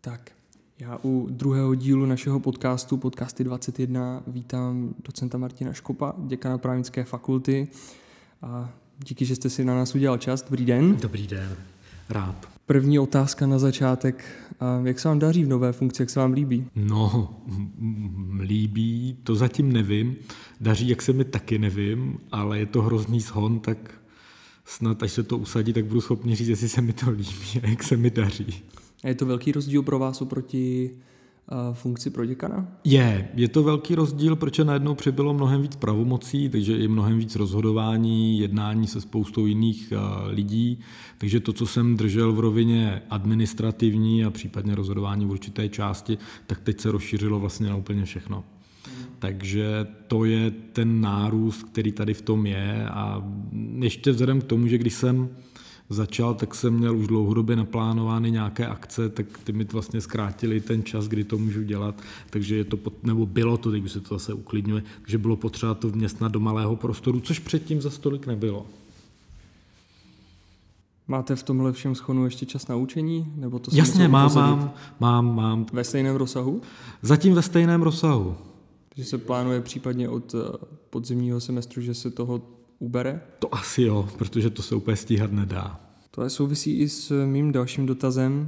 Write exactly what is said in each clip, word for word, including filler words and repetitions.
Tak, já u druhého dílu našeho podcastu, podcasty dvacet jedna, vítám docenta Martina Škopa, děkana právnické fakulty. A díky, že jste si na nás udělal čas. Dobrý den. Dobrý den, rád. První otázka na začátek. Jak se vám daří v nové funkci, jak se vám líbí? No, m- líbí, to zatím nevím. Daří, jak se mi taky nevím, ale je to hrozný shon, tak snad, až se to usadí, tak budu schopný říct, jestli se mi to líbí a jak se mi daří. A je to velký rozdíl pro vás oproti uh, funkci proděkana? Je, je to velký rozdíl, protože najednou přibylo mnohem víc pravomocí, takže i mnohem víc rozhodování, jednání se spoustou jiných uh, lidí, takže to, co jsem držel v rovině administrativní a případně rozhodování v určité části, tak teď se rozšířilo vlastně na úplně všechno. Takže to je ten nárůst, který tady v tom je, a ještě vzhledem k tomu, že když jsem začal, tak jsem měl už dlouhodobě naplánovány nějaké akce, tak ty mi vlastně zkrátili ten čas, kdy to můžu dělat, takže je to, nebo bylo to, teď už se to zase uklidňuje, takže bylo potřeba to vměstnat do malého prostoru, což předtím za stolik nebylo. Máte v tomhle všem schonu ještě čas na učení? Nebo to Jasně, mám, mám, mám, mám. Ve stejném rozsahu? Zatím ve stejném rozsahu. Takže se plánuje případně od podzimního semestru, že se toho ubere? To asi jo, protože to se úplně stíhat nedá. To souvisí i s mým dalším dotazem.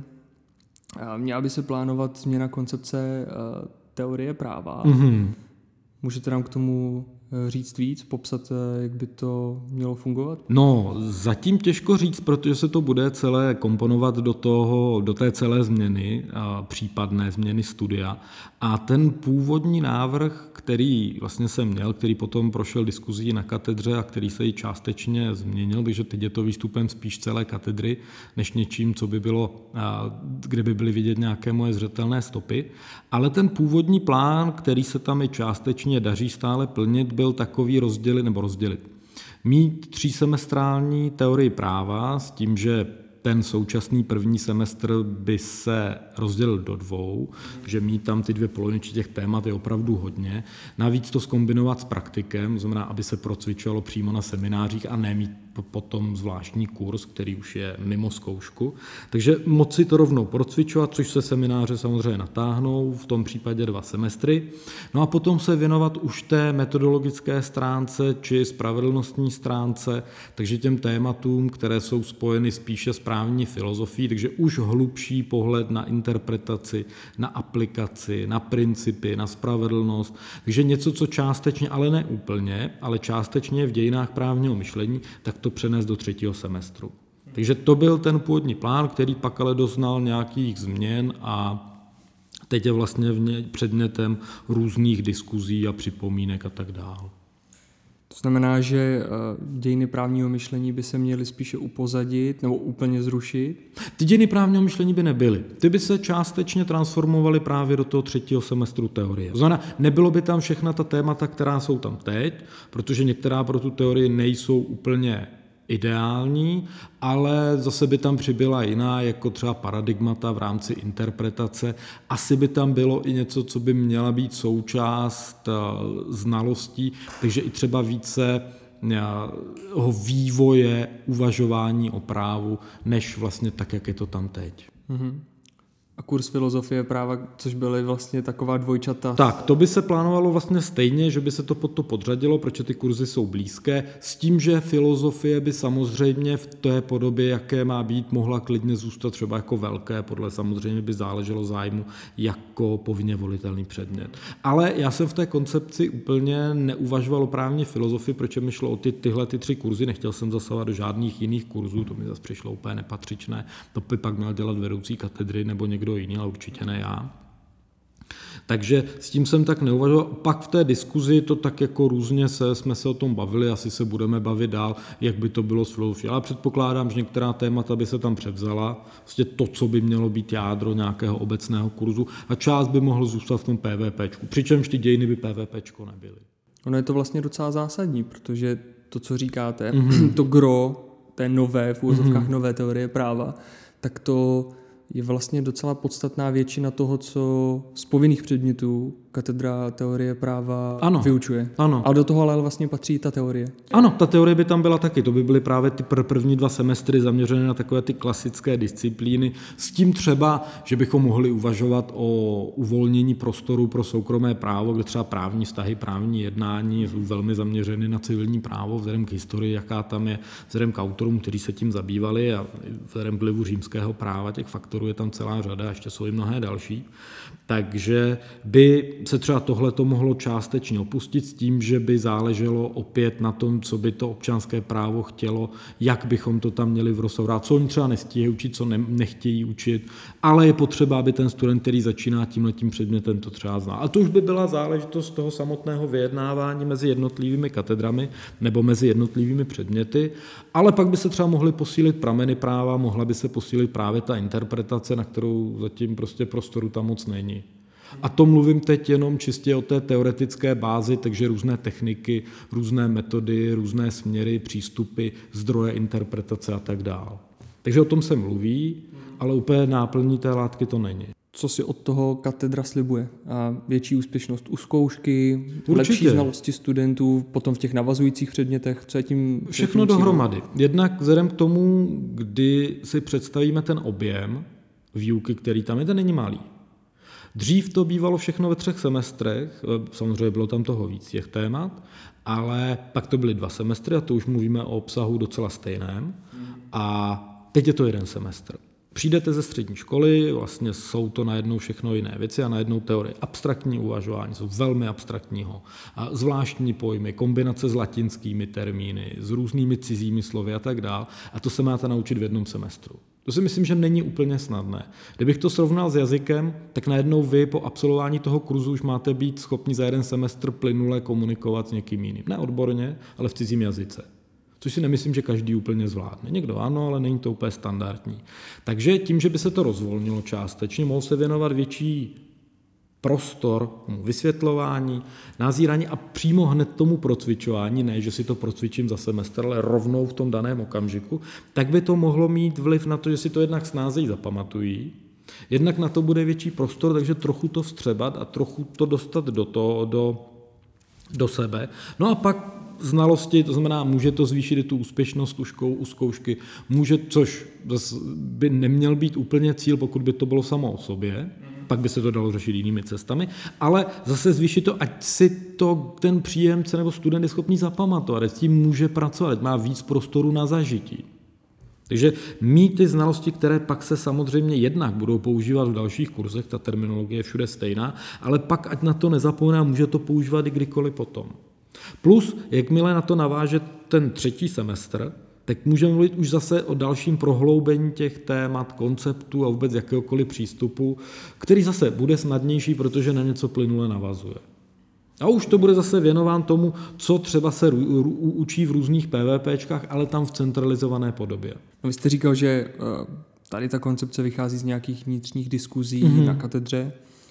Měla by se plánovat změna koncepce teorie práva. Mm-hmm. Můžete nám k tomu říct víc, popsat, jak by to mělo fungovat? No, zatím těžko říct, protože se to bude celé komponovat do toho, do té celé změny, případné změny studia. A ten původní návrh, který vlastně jsem měl, který potom prošel diskuzí na katedře a který se i částečně změnil, takže teď je to výstupem spíš celé katedry, než něčím, co by bylo, kde by byly vidět nějaké moje zřetelné stopy. Ale ten původní plán, který se tam i částečně daří stále plnit, byl takový rozdělit, nebo rozdělit. Mít třísemestrální teorii práva s tím, že ten současný první semestr by se rozdělil do dvou, že mít tam ty dvě poloviny těch témat je opravdu hodně. Navíc to zkombinovat s praktikem, znamená, aby se procvičovalo přímo na seminářích a ne mít potom zvláštní kurz, který už je mimo zkoušku. Takže moci to rovnou procvičovat, což se semináře samozřejmě natáhnou, v tom případě dva semestry. No a potom se věnovat už té metodologické stránce či spravedlnostní stránce, takže těm tématům, které jsou spojeny spíše s právní filozofií, takže už hlubší pohled na interpretaci, na aplikaci, na principy, na spravedlnost. Takže něco, co částečně, ale ne úplně, ale částečně v dějinách právního myšlení, tak to přenést do třetího semestru. Takže to byl ten původní plán, který pak ale doznal nějakých změn a teď je vlastně předmětem různých diskuzí a připomínek a tak dále. To znamená, že dějiny právního myšlení by se měly spíše upozadit nebo úplně zrušit? Ty dějiny právního myšlení by nebyly. Ty by se částečně transformovaly právě do toho třetího semestru teorie. To znamená, nebylo by tam všechna ta témata, která jsou tam teď, protože některá pro tu teorii nejsou úplně ideální, ale zase by tam přibyla jiná, jako třeba paradigmata v rámci interpretace. Asi by tam bylo i něco, co by měla být součást znalostí, takže i třeba více vývoje uvažování o právu, než vlastně tak, jak je to tam teď. Mm-hmm. A kurz filozofie práva, což byly vlastně taková dvojčata. Tak, to by se plánovalo vlastně stejně, že by se to pod to podřadilo, protože ty kurzy jsou blízké, s tím, že filozofie by samozřejmě v té podobě, jaké má být, mohla klidně zůstat třeba jako velké, podle samozřejmě by záleželo zájmu jako povinně volitelný předmět. Ale já jsem v té koncepci úplně neuvažoval o právní filozofii, protože mi šlo o ty, tyhle ty tři kurzy, nechtěl jsem zasahovat do žádných jiných kurzů, to mi zase přišlo úplně nepatřičné, to by pak měl dělat vedoucí katedry nebo někdo jiný, ale určitě ne já. Takže s tím jsem tak neuvažoval. Pak v té diskuzi to tak jako různě se, jsme se o tom bavili, asi se budeme bavit dál, jak by to bylo s filozofií. Ale předpokládám, že některá témata by se tam převzala, vlastně to, co by mělo být jádro nějakého obecného kurzu, a část by mohlo zůstat v tom PVPčku, přičemž ty dějiny by PVPčko nebyly. Ono je to vlastně docela zásadní, protože to, co říkáte, mm-hmm. to gro té nové, v úvozovkách mm-hmm. nové teorie práva, tak to je vlastně docela podstatná většina toho, co z povinných předmětů katedra teorie práva ano. vyučuje. Ano. A do toho ale vlastně patří i ta teorie. Ano, ta teorie by tam byla taky. To by byly právě ty pr- první dva semestry zaměřené na takové ty klasické disciplíny. S tím třeba, že bychom mohli uvažovat o uvolnění prostoru pro soukromé právo, kde třeba právní vztahy, právní jednání jsou velmi zaměřeny na civilní právo, vzhledem k historii, jaká tam je, vzhledem k autorům, kteří se tím zabývali a vzhledem k vlivu římského práva, těch faktorů je tam celá řada a ještě jsou i mnohé další. Takže by se třeba tohleto mohlo částečně opustit s tím, že by záleželo opět na tom, co by to občanské právo chtělo, jak bychom to tam měli v rozsahu, co oni třeba nestíhají učit, co ne, nechtějí učit, ale je potřeba, aby ten student, který začíná tímhletím předmětem, to třeba zná. A to už by byla záležitost toho samotného vyjednávání mezi jednotlivými katedrami nebo mezi jednotlivými předměty, ale pak by se třeba mohly posílit prameny práva, mohla by se posílit právě ta interpretace, na kterou zatím prostě prostoru tam moc není. A to mluvím teď jenom čistě o té teoretické bázi, takže různé techniky, různé metody, různé směry, přístupy, zdroje interpretace a tak dál. Takže o tom se mluví, ale úplně náplní té látky to není. Co si od toho katedra slibuje? A větší úspěšnost u zkoušky, Určitě. Lepší znalosti studentů, potom v těch navazujících předmětech, co je tím... Všechno dohromady. Jednak vzhledem k tomu, kdy si představíme ten objem výuky, který tam je, ten není malý. Dřív to bývalo všechno ve třech semestrech, samozřejmě bylo tam toho víc těch témat, ale pak to byly dva semestry a to už mluvíme o obsahu docela stejném a teď je to jeden semestr. Přijdete ze střední školy, vlastně jsou to najednou všechno jiné věci a najednou teorie. Abstraktní uvažování jsou velmi abstraktního. A zvláštní pojmy, kombinace s latinskými termíny, s různými cizími slovy a tak dál. A to se máte naučit v jednom semestru. To si myslím, že není úplně snadné. Kdybych to srovnal s jazykem, tak najednou vy po absolvování toho kurzu už máte být schopni za jeden semestr plynule komunikovat s někým jiným. Ne odborně, ale v cizím jazyce. Což si nemyslím, že každý úplně zvládne. Někdo ano, ale není to úplně standardní. Takže tím, že by se to rozvolnilo částečně, mohl se věnovat větší prostor vysvětlování, nazírání a přímo hned tomu procvičování, ne, že si to procvičím za semestr, ale rovnou v tom daném okamžiku, tak by to mohlo mít vliv na to, že si to jednak snázejí zapamatují, jednak na to bude větší prostor, takže trochu to vstřebat a trochu to dostat do, toho, do, do sebe. No a pak znalosti, to znamená, může to zvýšit i tu úspěšnost u zkoušky, může, což by neměl být úplně cíl, pokud by to bylo samo o sobě, pak by se to dalo řešit jinými cestami, ale zase zvýšit to, ať si to ten příjemce nebo student je schopný zapamatovat, ať s tím může pracovat, ať má víc prostoru na zažití. Takže mít ty znalosti, které pak se samozřejmě jednak budou používat v dalších kurzech, ta terminologie je všude stejná, ale pak ať na to nezapomene a může to používat i kdykoliv potom. Plus, jakmile na to naváže ten třetí semestr, tak můžeme mluvit už zase o dalším prohloubení těch témat, konceptů a vůbec jakéhokoliv přístupu, který zase bude snadnější, protože na něco plynule navazuje. A už to bude zase věnován tomu, co třeba se učí v různých PVPčkách, ale tam v centralizované podobě. No, vy jste říkal, že tady ta koncepce vychází z nějakých vnitřních diskuzí mm-hmm. na katedře.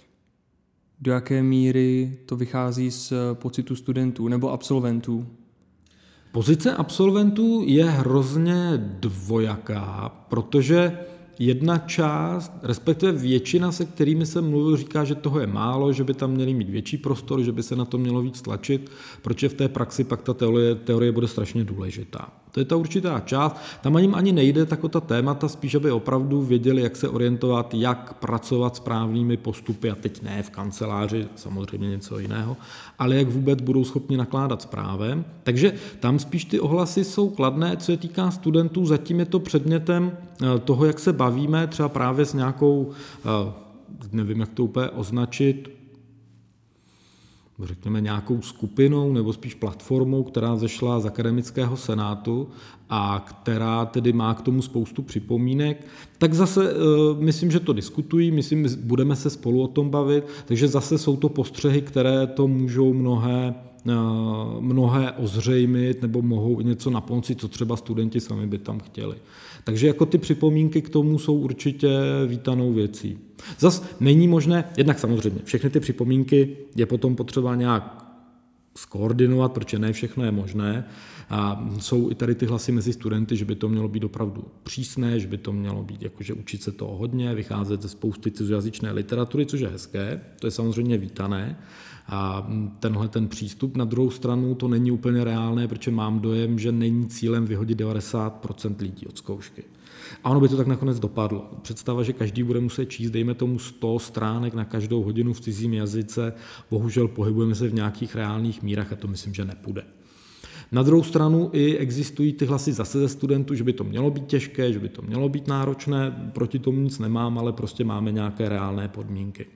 Do jaké míry to vychází z pocitu studentů nebo absolventů? Pozice absolventů je hrozně dvojaká, protože jedna část, respektive většina, se kterými jsem mluvil, říká, že toho je málo, že by tam měli mít větší prostor, že by se na to mělo víc tlačit, protože v té praxi pak ta teorie, teorie bude strašně důležitá. To je ta určitá část. Tam ani, ani nejde tak o ta témata, spíš aby opravdu věděli, jak se orientovat, jak pracovat s právními postupy, a teď ne v kanceláři, samozřejmě něco jiného, ale jak vůbec budou schopni nakládat s právem. Takže tam spíš ty ohlasy jsou kladné, co se týká studentů, zatím je to předmětem toho, jak se bavíme, třeba právě s nějakou, nevím, jak to úplně označit, řekněme nějakou skupinou nebo spíš platformou, která zešla z akademického senátu a která tedy má k tomu spoustu připomínek, tak zase myslím, že to diskutují, myslím, budeme se spolu o tom bavit, takže zase jsou to postřehy, které to můžou mnohé mnohé ozřejmit nebo mohou něco napomoci, co třeba studenti sami by tam chtěli. Takže jako ty připomínky k tomu jsou určitě vítanou věcí. Zas není možné, jednak samozřejmě, všechny ty připomínky je potom potřeba nějak skoordinovat, protože ne všechno je možné. A jsou i tady ty hlasy mezi studenty, že by to mělo být opravdu přísné, že by to mělo být jakože učit se toho hodně, vycházet ze spousty cizojazyčné literatury, což je hezké, to je samozřejmě vítané. A tenhle ten přístup, na druhou stranu to není úplně reálné, protože mám dojem, že není cílem vyhodit devadesát procent lidí od zkoušky. A ono by to tak nakonec dopadlo. Představa, že každý bude muset číst, dejme tomu sto stránek na každou hodinu v cizím jazyce, bohužel pohybujeme se v nějakých reálných mírách a to myslím, že nepůjde. Na druhou stranu i existují ty hlasy zase ze studentů, že by to mělo být těžké, že by to mělo být náročné, proti tomu nic nemám, ale prostě máme nějaké reálné podmínky.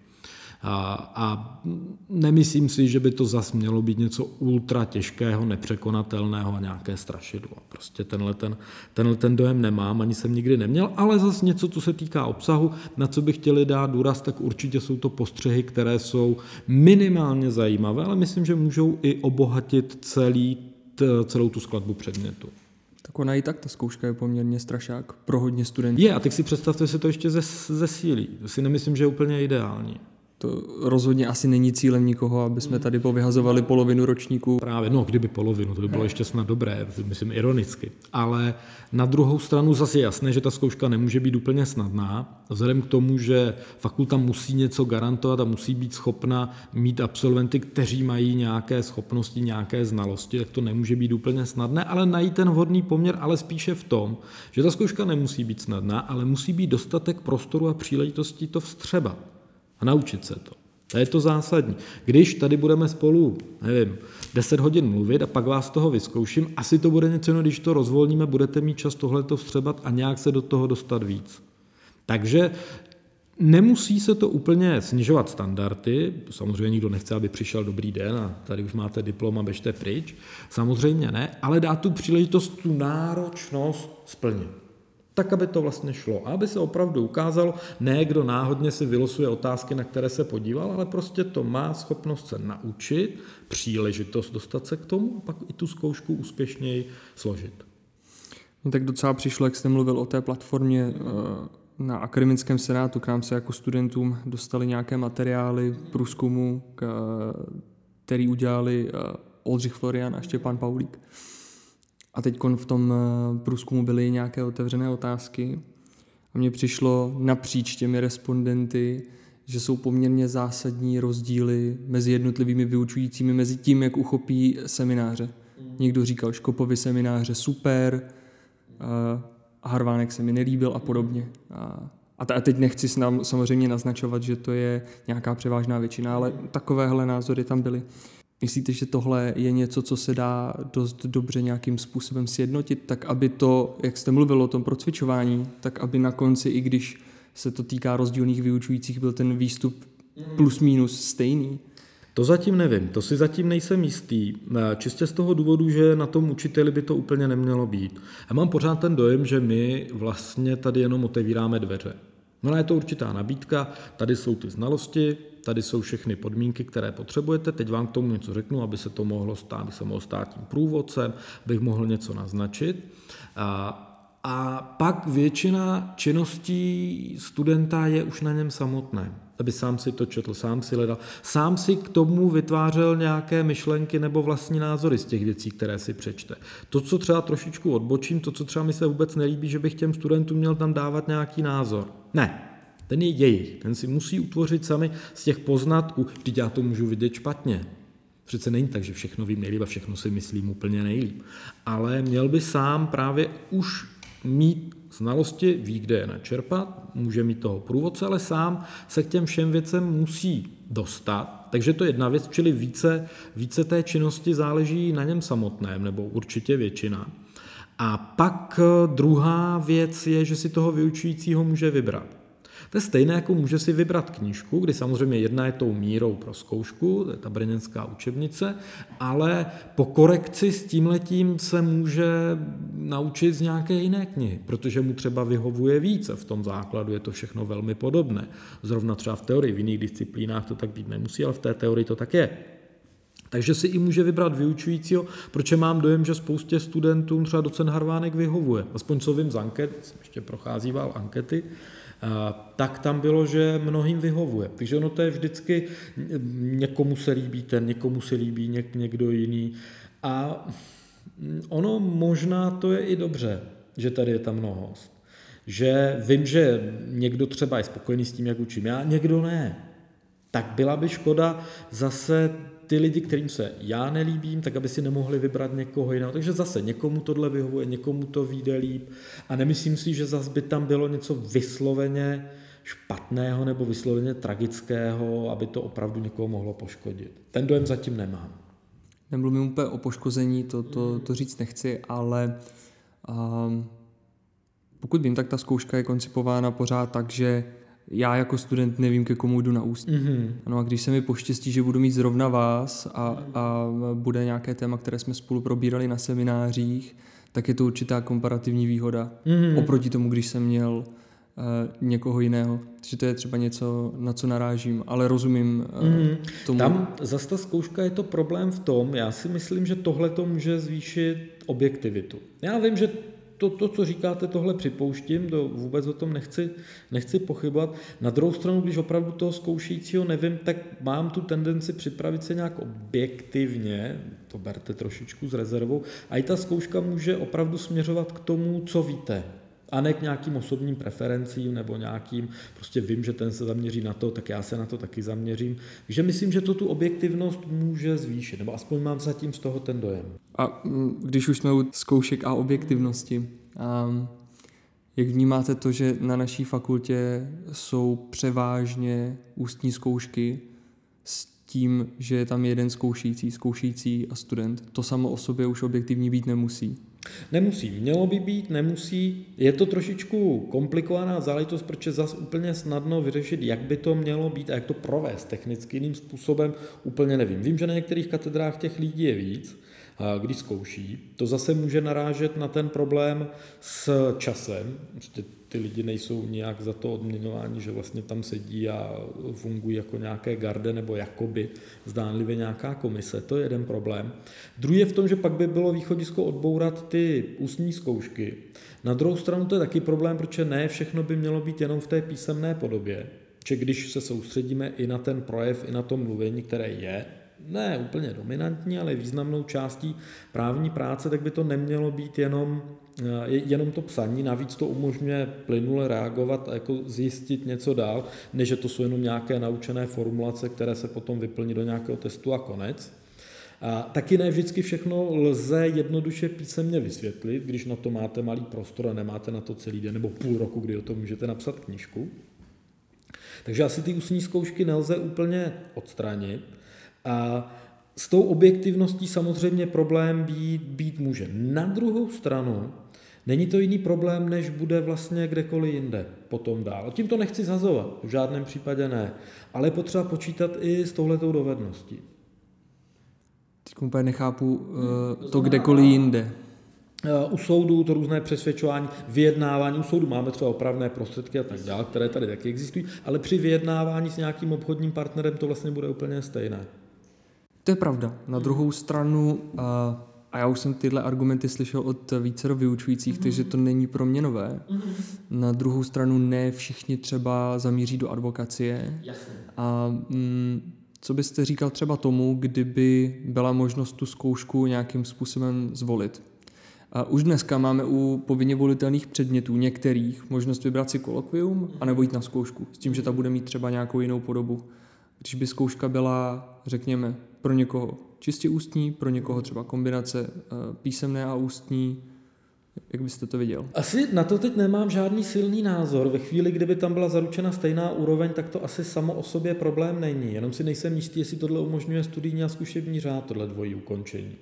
A, a nemyslím si, že by to zas mělo být něco ultra těžkého, nepřekonatelného a nějaké strašidlo. Prostě tenhle ten, tenhle ten dojem nemám, ani jsem nikdy neměl, ale zas něco, co se týká obsahu, na co by chtěli dát důraz, tak určitě jsou to postřehy, které jsou minimálně zajímavé, ale myslím, že můžou i obohatit celý, t, celou tu skladbu předmětu. Tak ona i tak, ta zkouška je poměrně strašák pro hodně studentů. Je, a teď si představte, že se to ještě zesílí. To si nemyslím, že je úplně ideální. To rozhodně asi není cílem nikoho, aby jsme tady povyhazovali polovinu ročníků. Právě, no, kdyby polovinu, to by bylo ještě snad dobré, myslím ironicky. Ale na druhou stranu zase je jasné, že ta zkouška nemůže být úplně snadná, vzhledem k tomu, že fakulta musí něco garantovat a musí být schopna mít absolventy, kteří mají nějaké schopnosti, nějaké znalosti, tak to nemůže být úplně snadné, ale najít ten vhodný poměr, ale spíše v tom, že ta zkouška nemusí být snadná, ale musí být dostatek prostoru a příležitostí to vstřebat. A naučit se to. To je to zásadní. Když tady budeme spolu, nevím, deset hodin mluvit a pak vás z toho vyzkouším, asi to bude něco, no, když to rozvolníme, budete mít čas tohleto vstřebat a nějak se do toho dostat víc. Takže nemusí se to úplně snižovat standardy, samozřejmě nikdo nechce, aby přišel dobrý den a tady už máte diplom a běžte pryč, samozřejmě ne, ale dá tu příležitost, tu náročnost splnit. Tak, aby to vlastně šlo. A aby se opravdu ukázalo, ne kdo náhodně si vylosuje otázky, na které se podíval, ale prostě to má schopnost se naučit, příležitost dostat se k tomu a pak i tu zkoušku úspěšněji složit. Mně tak docela přišlo, jak jste mluvil o té platformě na akademickém senátu, k nám se jako studentům dostali nějaké materiály průzkumu, který udělali Oldřich Florian a Štěpán Paulík. A teď v tom průzkumu byly nějaké otevřené otázky a mně přišlo napříč těmi respondenty, že jsou poměrně zásadní rozdíly mezi jednotlivými vyučujícími, mezi tím, jak uchopí semináře. Někdo říkal Škopovy semináře super, a Harvánek se mi nelíbil a podobně. A teď nechci samozřejmě naznačovat, že to je nějaká převážná většina, ale takovéhle názory tam byly. Myslíte, že tohle je něco, co se dá dost dobře nějakým způsobem sjednotit, tak aby to, jak jste mluvil o tom procvičování, tak aby na konci, i když se to týká rozdílných vyučujících, byl ten výstup plus minus stejný? To zatím nevím, to si zatím nejsem jistý. Čistě z toho důvodu, že na tom učiteli by to úplně nemělo být. Já mám pořád ten dojem, že my vlastně tady jenom otevíráme dveře. No, je to určitá nabídka, tady jsou ty znalosti, tady jsou všechny podmínky, které potřebujete, teď vám k tomu něco řeknu, aby se to mohlo stát, aby se mohlo stát tím průvodcem, abych mohl něco naznačit. A, a pak většina činností studenta je už na něm samotné, aby sám si to četl, sám si hledal, sám si k tomu vytvářel nějaké myšlenky nebo vlastní názory z těch věcí, které si přečte. To, co třeba trošičku odbočím, to, co třeba mi se vůbec nelíbí, že bych těm studentům měl tam dávat nějaký názor. Ne, ten je jejich, ten si musí utvořit sami z těch poznatků, vždyť já to můžu vidět špatně. Přece není tak, že všechno vím nejlíp a všechno si myslím úplně nejlíp. Ale měl by sám právě už mít znalosti, ví, kde je načerpat, může mít toho průvodce, ale sám se k těm všem věcem musí dostat. Takže to je jedna věc, čili více, více té činnosti záleží na něm samotném, nebo určitě většina. A pak druhá věc je, že si toho vyučujícího může vybrat. To je stejné, jako může si vybrat knížku, kdy samozřejmě jedna je tou mírou pro zkoušku, to je ta brněnská učebnice, ale po korekci s tímhletím se může naučit z nějaké jiné knihy, protože mu třeba vyhovuje více. V tom základu je to všechno velmi podobné. Zrovna třeba v teorii, v jiných disciplínách to tak být nemusí, ale v té teorii to tak je. Takže si i může vybrat vyučujícího, protože mám dojem, že spoustě studentům třeba docent Harvánek vyhovuje. Aspoň co vím z anket, jsem ještě procházíval ankety, tak tam bylo, že mnohým vyhovuje. Takže ono to je vždycky, někomu se líbí ten, někomu se líbí něk, někdo jiný. A ono možná to je i dobře, že tady je ta mnohost. Že vím, že někdo třeba je spokojený s tím, jak učím já, někdo ne. Tak byla by škoda zase ty lidi, kterým se já nelíbím, tak aby si nemohli vybrat někoho jiného. Takže zase někomu tohle vyhovuje, někomu to vyjde líp. A nemyslím si, že zase by tam bylo něco vysloveně špatného nebo vysloveně tragického, aby to opravdu někoho mohlo poškodit. Ten dojem zatím nemám. Nemluvím úplně o poškození, to, to, to říct nechci, ale um, pokud vím, tak ta zkouška je koncipována pořád tak, že já jako student nevím, ke komu jdu na ústní. Mm-hmm. No a když se mi poštěstí, že budu mít zrovna vás a, a bude nějaké téma, které jsme spolu probírali na seminářích, tak je to určitá komparativní výhoda mm-hmm. oproti tomu, když jsem měl uh, někoho jiného. Takže to je třeba něco, na co narážím, ale rozumím uh, mm-hmm. tomu. Tam zase ta zkouška je to problém v tom, já si myslím, že tohle to může zvýšit objektivitu. Já vím, že To, to, co říkáte, tohle připouštím, to vůbec o tom nechci, nechci pochybovat. Na druhou stranu, když opravdu toho zkoušejícího nevím, tak mám tu tendenci připravit se nějak objektivně, to berte trošičku s rezervou, a i ta zkouška může opravdu směřovat k tomu, co víte, a ne k nějakým osobním preferencím nebo nějakým, prostě vím, že ten se zaměří na to, tak já se na to taky zaměřím. Takže myslím, že to tu objektivnost může zvýšit, nebo aspoň mám zatím z toho ten dojem. A když už jsme u zkoušek a objektivnosti, a jak vnímáte to, že na naší fakultě jsou převážně ústní zkoušky s tím, že je tam jeden zkoušející, zkoušející a student? To samo o sobě už objektivní být nemusí. Nemusí, mělo by být, nemusí. Je to trošičku komplikovaná záležitost, protože zas úplně snadno vyřešit, jak by to mělo být a jak to provést technicky jiným způsobem, úplně nevím. Vím, že na některých katedrách těch lidí je víc, když zkouší. To zase může narážet na ten problém s časem. Ty lidi nejsou nějak za to odměňováni, že vlastně tam sedí a fungují jako nějaké garde nebo jakoby zdánlivě nějaká komise. To je jeden problém. Druhý je v tom, že pak by bylo východisko odbourat ty ústní zkoušky. Na druhou stranu to je taky problém, protože ne všechno by mělo být jenom v té písemné podobě. Že když se soustředíme i na ten projev, i na to mluvení, které je ne úplně dominantní, ale významnou částí právní práce, tak by to nemělo být jenom, jenom to psaní, navíc to umožňuje plynule reagovat a jako zjistit něco dál, než že to jsou jenom nějaké naučené formulace, které se potom vyplní do nějakého testu a konec. A taky ne vždycky všechno lze jednoduše písemně vysvětlit, když na to máte malý prostor a nemáte na to celý den nebo půl roku, kdy o tom můžete napsat knížku. Takže asi ty ústní zkoušky nelze úplně odstranit. A s tou objektivností samozřejmě problém být, být může. Na druhou stranu není to jiný problém, než bude vlastně kdekoliv jinde potom dál. A tím to nechci zhazovat, v žádném případě ne. Ale je potřeba počítat i s touhletou dovedností. Teď úplně nechápu uh, to kdekoliv jinde. U soudu to různé přesvědčování, vyjednávání, u soudu máme třeba opravné prostředky a tak dále, které tady taky existují, ale při vyjednávání s nějakým obchodním partnerem to vlastně bude úplně stejné. To je pravda. Na druhou stranu, a já už jsem tyhle argumenty slyšel od vícero vyučujících, mm-hmm. takže to není pro mě nové. Mm-hmm. Na druhou stranu ne všichni třeba zamíří do advokacie. Jasně. A mm, co byste říkal třeba tomu, kdyby byla možnost tu zkoušku nějakým způsobem zvolit? A už dneska máme u povinně volitelných předmětů některých možnost vybrat si kolokvium anebo jít na zkoušku, s tím, že ta bude mít třeba nějakou jinou podobu. Když by zkouška byla, řekněme, pro někoho čistě ústní, pro někoho třeba kombinace písemné a ústní, jak byste to viděl? Asi na to teď nemám žádný silný názor. Ve chvíli, kdyby tam byla zaručena stejná úroveň, tak to asi samo o sobě problém není. Jenom si nejsem jistý, jestli tohle umožňuje studijní a zkušební řád, tohle dvojí ukončení.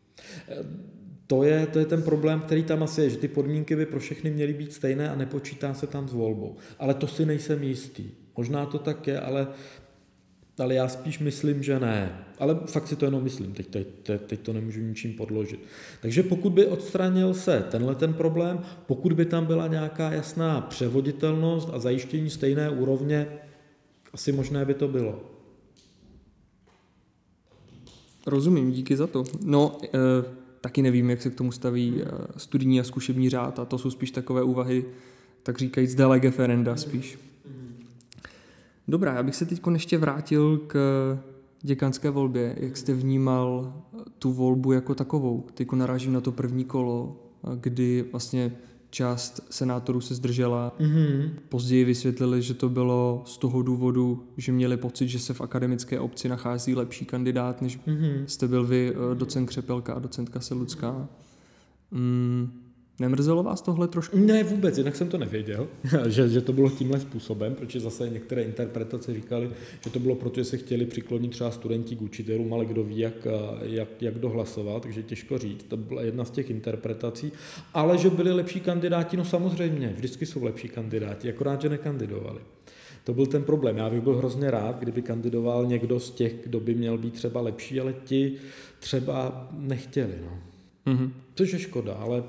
To je, to je ten problém, který tam asi je, že ty podmínky by pro všechny měly být stejné a nepočítá se tam s volbou. Ale to si nejsem jistý. Možná to tak je, ale, ale já spíš myslím, že ne. Ale fakt si to jenom myslím, teď, teď, teď to nemůžu ničím podložit. Takže pokud by odstranil se tenhle ten problém, pokud by tam byla nějaká jasná převoditelnost a zajištění stejné úrovně, asi možné by to bylo. Rozumím, díky za to. No, e- Taky nevím, jak se k tomu staví studijní a zkušební řád a to jsou spíš takové úvahy tak říkajíc de lege ferenda spíš. Dobrá, já bych se teď ještě vrátil k děkanské volbě. Jak jste vnímal tu volbu jako takovou? Teď narážím na to první kolo, kdy vlastně část senátorů se zdržela. Mm-hmm. Později vysvětlili, že to bylo z toho důvodu, že měli pocit, že se v akademické obci nachází lepší kandidát, než mm-hmm. jste byl vy, docent Křepelka a docentka Selucká. Mm, nemrzelo vás tohle trošku? Ne, vůbec, jinak jsem to nevěděl, že, že to bylo tímhle způsobem, protože zase některé interpretace říkali, že to bylo proto, že se chtěli přiklonit třeba studenti k učitelům, ale kdo ví, jak, jak, jak dohlasoval, takže těžko říct, to byla jedna z těch interpretací, ale že byli lepší kandidáti, no samozřejmě, vždycky jsou lepší kandidáti, akorát, že nekandidovali. To byl ten problém. Já bych byl hrozně rád, kdyby kandidoval někdo z těch, kdo by měl být třeba lepší, ale ti třeba nechtěli. No. Mm-hmm. Což je škoda, ale...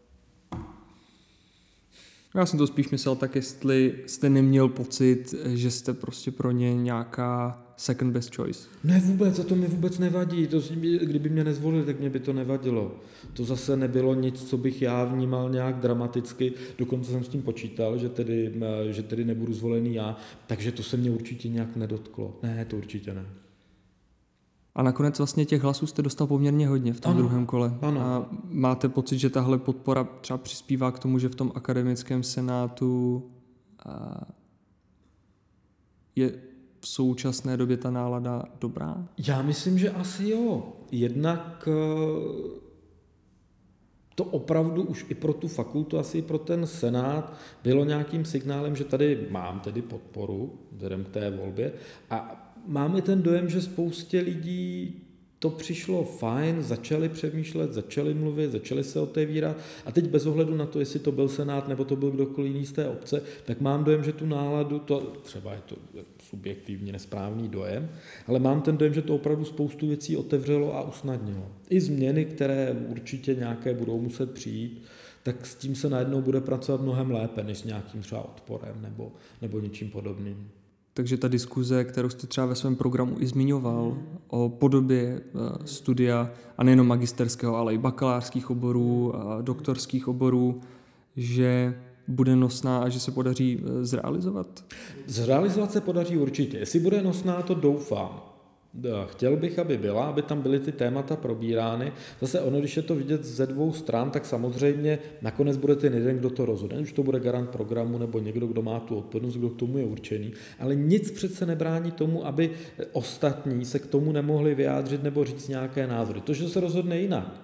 Já jsem to spíš myslel tak, jestli jste neměl pocit, že jste prostě pro ně nějaká second best choice. Ne vůbec, a to mi vůbec nevadí. To, kdyby mě nezvolili, tak mě by to nevadilo. To zase nebylo nic, co bych já vnímal nějak dramaticky. Dokonce jsem s tím počítal, že tedy, že tedy nebudu zvolený já, takže to se mě určitě nějak nedotklo. Ne, to určitě ne. A nakonec vlastně těch hlasů jste dostal poměrně hodně v tom ano, druhém kole. Ano. A máte pocit, že tahle podpora třeba přispívá k tomu, že v tom akademickém senátu je v současné době ta nálada dobrá? Já myslím, že asi jo. Jednak to opravdu už i pro tu fakultu, asi i pro ten senát bylo nějakým signálem, že tady mám tedy podporu vzhledem k té volbě a máme ten dojem, že spoustě lidí to přišlo fajn, začali přemýšlet, začali mluvit, začali se otevírat a teď bez ohledu na to, jestli to byl senát nebo to byl kdokoliv jiný z té obce, tak mám dojem, že tu náladu, to třeba je to subjektivní, nesprávný dojem, ale mám ten dojem, že to opravdu spoustu věcí otevřelo a usnadnilo. I změny, které určitě nějaké budou muset přijít, tak s tím se najednou bude pracovat mnohem lépe, než s nějakým třeba odporem nebo, nebo něčím podobným. Takže ta diskuze, kterou jste třeba ve svém programu i zmiňoval, o podobě studia, a nejenom magisterského, ale i bakalářských oborů a doktorských oborů, že bude nosná a že se podaří zrealizovat? Zrealizovat se podaří určitě. Jestli bude nosná, to doufám. Chtěl bych, aby byla, aby tam byly ty témata probírány. Zase ono, když je to vidět ze dvou stran, tak samozřejmě nakonec bude ten jeden, kdo to rozhodne, už to bude garant programu nebo někdo, kdo má tu odpovědnost, kdo k tomu je určený, ale nic přece nebrání tomu, aby ostatní se k tomu nemohli vyjádřit nebo říct nějaké názory. To, že se rozhodne jinak,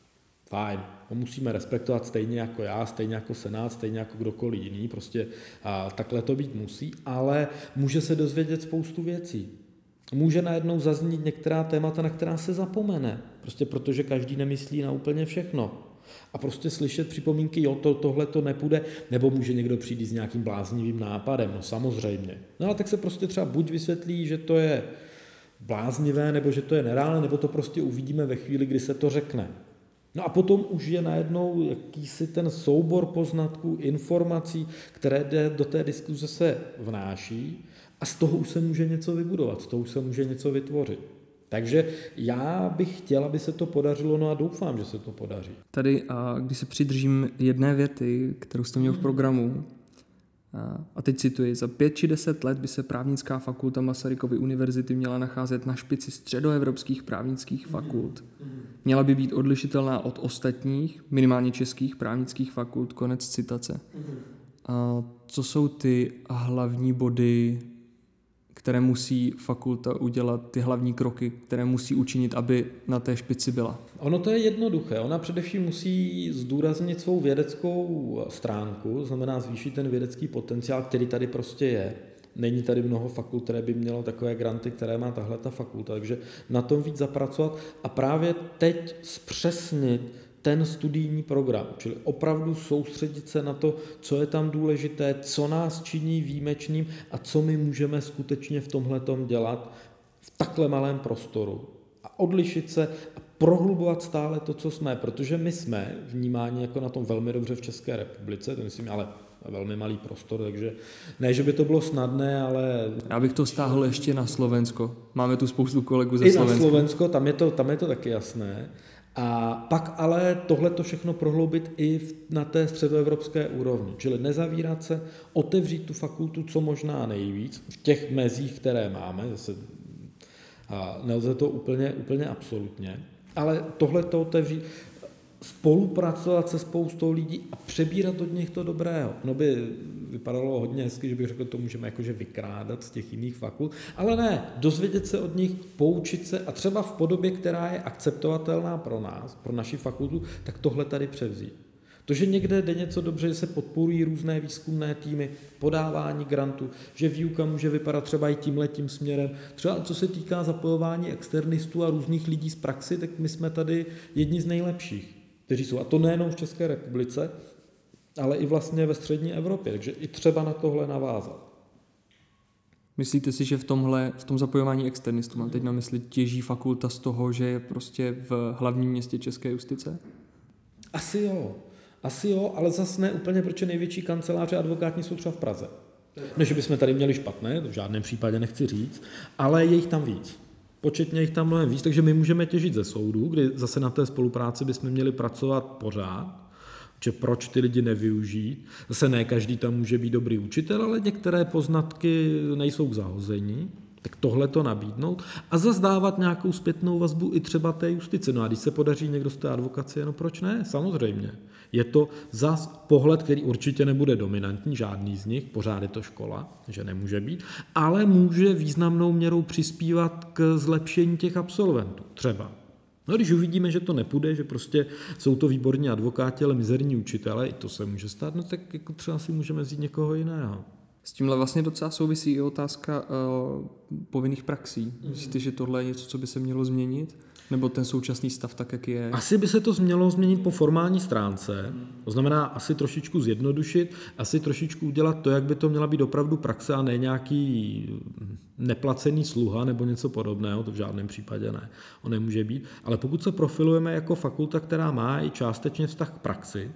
fajn, ho musíme respektovat stejně jako já, stejně jako senát, stejně jako kdokoliv jiný, prostě a, takhle to být musí, ale může se dozvědět spoustu věcí. Může najednou zaznít některá témata, na která se zapomene, prostě protože každý nemyslí na úplně všechno. A prostě slyšet připomínky, jo, to, tohle to nepůjde, nebo může někdo přijít s nějakým bláznivým nápadem, no samozřejmě. No ale tak se prostě třeba buď vysvětlí, že to je bláznivé, nebo že to je nereálné, nebo to prostě uvidíme ve chvíli, kdy se to řekne. No a potom už je najednou jakýsi ten soubor poznatků, informací, které do té diskuze se vnáší, a z toho už se může něco vybudovat, z toho už se může něco vytvořit. Takže já bych chtěl, aby se to podařilo, no a doufám, že se to podaří. Tady, a když se přidržím jedné věty, kterou jste měl v programu, a teď cituji, za pět či deset let by se právnická fakulta Masarykovy univerzity měla nacházet na špici středoevropských právnických fakult. Měla by být odlišitelná od ostatních, minimálně českých právnických fakult, konec citace. A co jsou ty hlavní body, které musí fakulta udělat, ty hlavní kroky, které musí učinit, aby na té špici byla? Ono to je jednoduché. Ona především musí zdůraznit svou vědeckou stránku, znamená zvýšit ten vědecký potenciál, který tady prostě je. Není tady mnoho fakult, které by mělo takové granty, které má tahle ta fakulta, takže na tom víc zapracovat a právě teď zpřesnit ten studijní program, čili opravdu soustředit se na to, co je tam důležité, co nás činí výjimečným a co my můžeme skutečně v tomhletom dělat v takhle malém prostoru. A odlišit se a prohlubovat stále to, co jsme, protože my jsme vnímáni jako na tom velmi dobře v České republice, to myslím, ale velmi malý prostor, takže ne, že by to bylo snadné, ale... Já bych to stáhl ještě na Slovensko. Máme tu spoustu kolegů ze I Slovenska. na Slovensko, tam je to, tam je to taky jasné. A pak ale tohle to všechno prohloubit i v, na té středoevropské úrovni, čili nezavírat se, otevřít tu fakultu co možná nejvíc v těch mezích, které máme, zase a nelze to úplně, úplně absolutně, ale tohle to otevřít, spolupracovat se spoustou lidí a přebírat od nich to dobrého. No by vypadalo hodně hezky, že bych řekl, to můžeme jakože vykrádat z těch jiných fakult, ale ne, dozvědět se od nich, poučit se a třeba v podobě, která je akceptovatelná pro nás, pro naši fakultu, tak tohle tady převzít. To, že někde jde něco dobře, že se podporují různé výzkumné týmy, podávání grantů, že výuka může vypadat třeba i tímhletím směrem. Třeba co se týká zapojování externistů a různých lidí z praxi, tak my jsme tady jedni z nejlepších, kteří jsou. A to nejenom v České republice, ale i vlastně ve střední Evropě. Takže i třeba na tohle navázat. Myslíte si, že v tomhle, v tom zapojování externistů, mám teď na mysli, těží fakulta z toho, že je prostě v hlavním městě české justice? Asi jo. Asi jo, ale zase ne úplně, protože největší kanceláře advokátní jsou třeba v Praze. Ne, že bychom tady měli špatné, to v žádném případě nechci říct, ale je jich tam víc. Početně jich tam mnohem víc, takže my můžeme těžit ze soudu, kdy zase na té spolupráci bychom měli pracovat pořád, že proč ty lidi nevyužít. Zase ne každý tam může být dobrý učitel, ale některé poznatky nejsou k zahození. Tak tohle to nabídnout a zazdávat nějakou zpětnou vazbu i třeba té justice. No a když se podaří někdo z té advokacie, no proč ne? Samozřejmě. Je to zas pohled, který určitě nebude dominantní, žádný z nich, pořád je to škola, že nemůže být, ale může významnou měrou přispívat k zlepšení těch absolventů třeba. No když uvidíme, že to nepůjde, že prostě jsou to výborní advokáti, ale mizerní učitelé, i to se může stát, no tak jako třeba si můžeme vzít někoho jiného. S tímhle vlastně docela souvisí i otázka uh, povinných praxí. Myslíte, že tohle je něco, co by se mělo změnit? Nebo ten současný stav tak, jak je? Asi by se to mělo změnit po formální stránce. To znamená asi trošičku zjednodušit, asi trošičku udělat to, jak by to měla být opravdu praxe a ne nějaký neplacený sluha nebo něco podobného, to v žádném případě ne. On nemůže být. Ale pokud se profilujeme jako fakulta, která má i částečně vztah k praxi,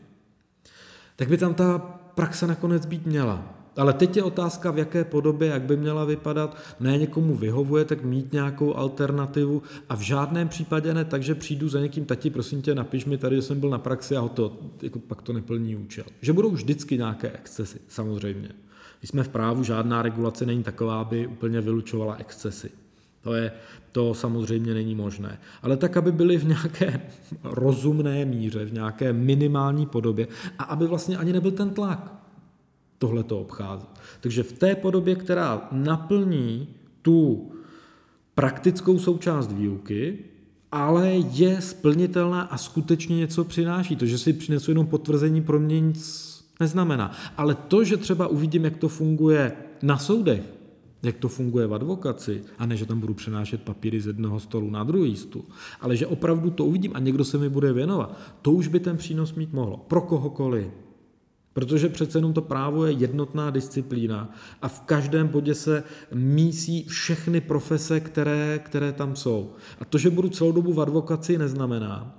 tak by tam ta praxe nakonec být měla. Ale teď je otázka, v jaké podobě, jak by měla vypadat, ne někomu vyhovuje, tak mít nějakou alternativu a v žádném případě ne tak, že přijdu za někým, tati, prosím tě, napiš mi tady, že jsem byl na praxi a to, jako pak to neplní účel. Že budou vždycky nějaké excesy, samozřejmě. Když jsme v právu, žádná regulace není taková, aby úplně vylučovala excesy. To, je, to samozřejmě není možné. Ale tak, aby byly v nějaké rozumné míře, v nějaké minimální podobě a aby vlastně ani nebyl ten tlak tohle to obcházet. Takže v té podobě, která naplní tu praktickou součást výuky, ale je splnitelná a skutečně něco přináší. To, že si přinesu jenom potvrzení, pro mě nic neznamená. Ale to, že třeba uvidím, jak to funguje na soudech, jak to funguje v advokaci, a ne, že tam budu přenášet papíry z jednoho stolu na druhý stůl, ale že opravdu to uvidím a někdo se mi bude věnovat, to už by ten přínos mít mohlo. Pro kohokoliv. Protože přece jenom to právo je jednotná disciplína a v každém bodě se mísí všechny profese, které, které tam jsou. A to, že budu celou dobu v advokaci, neznamená,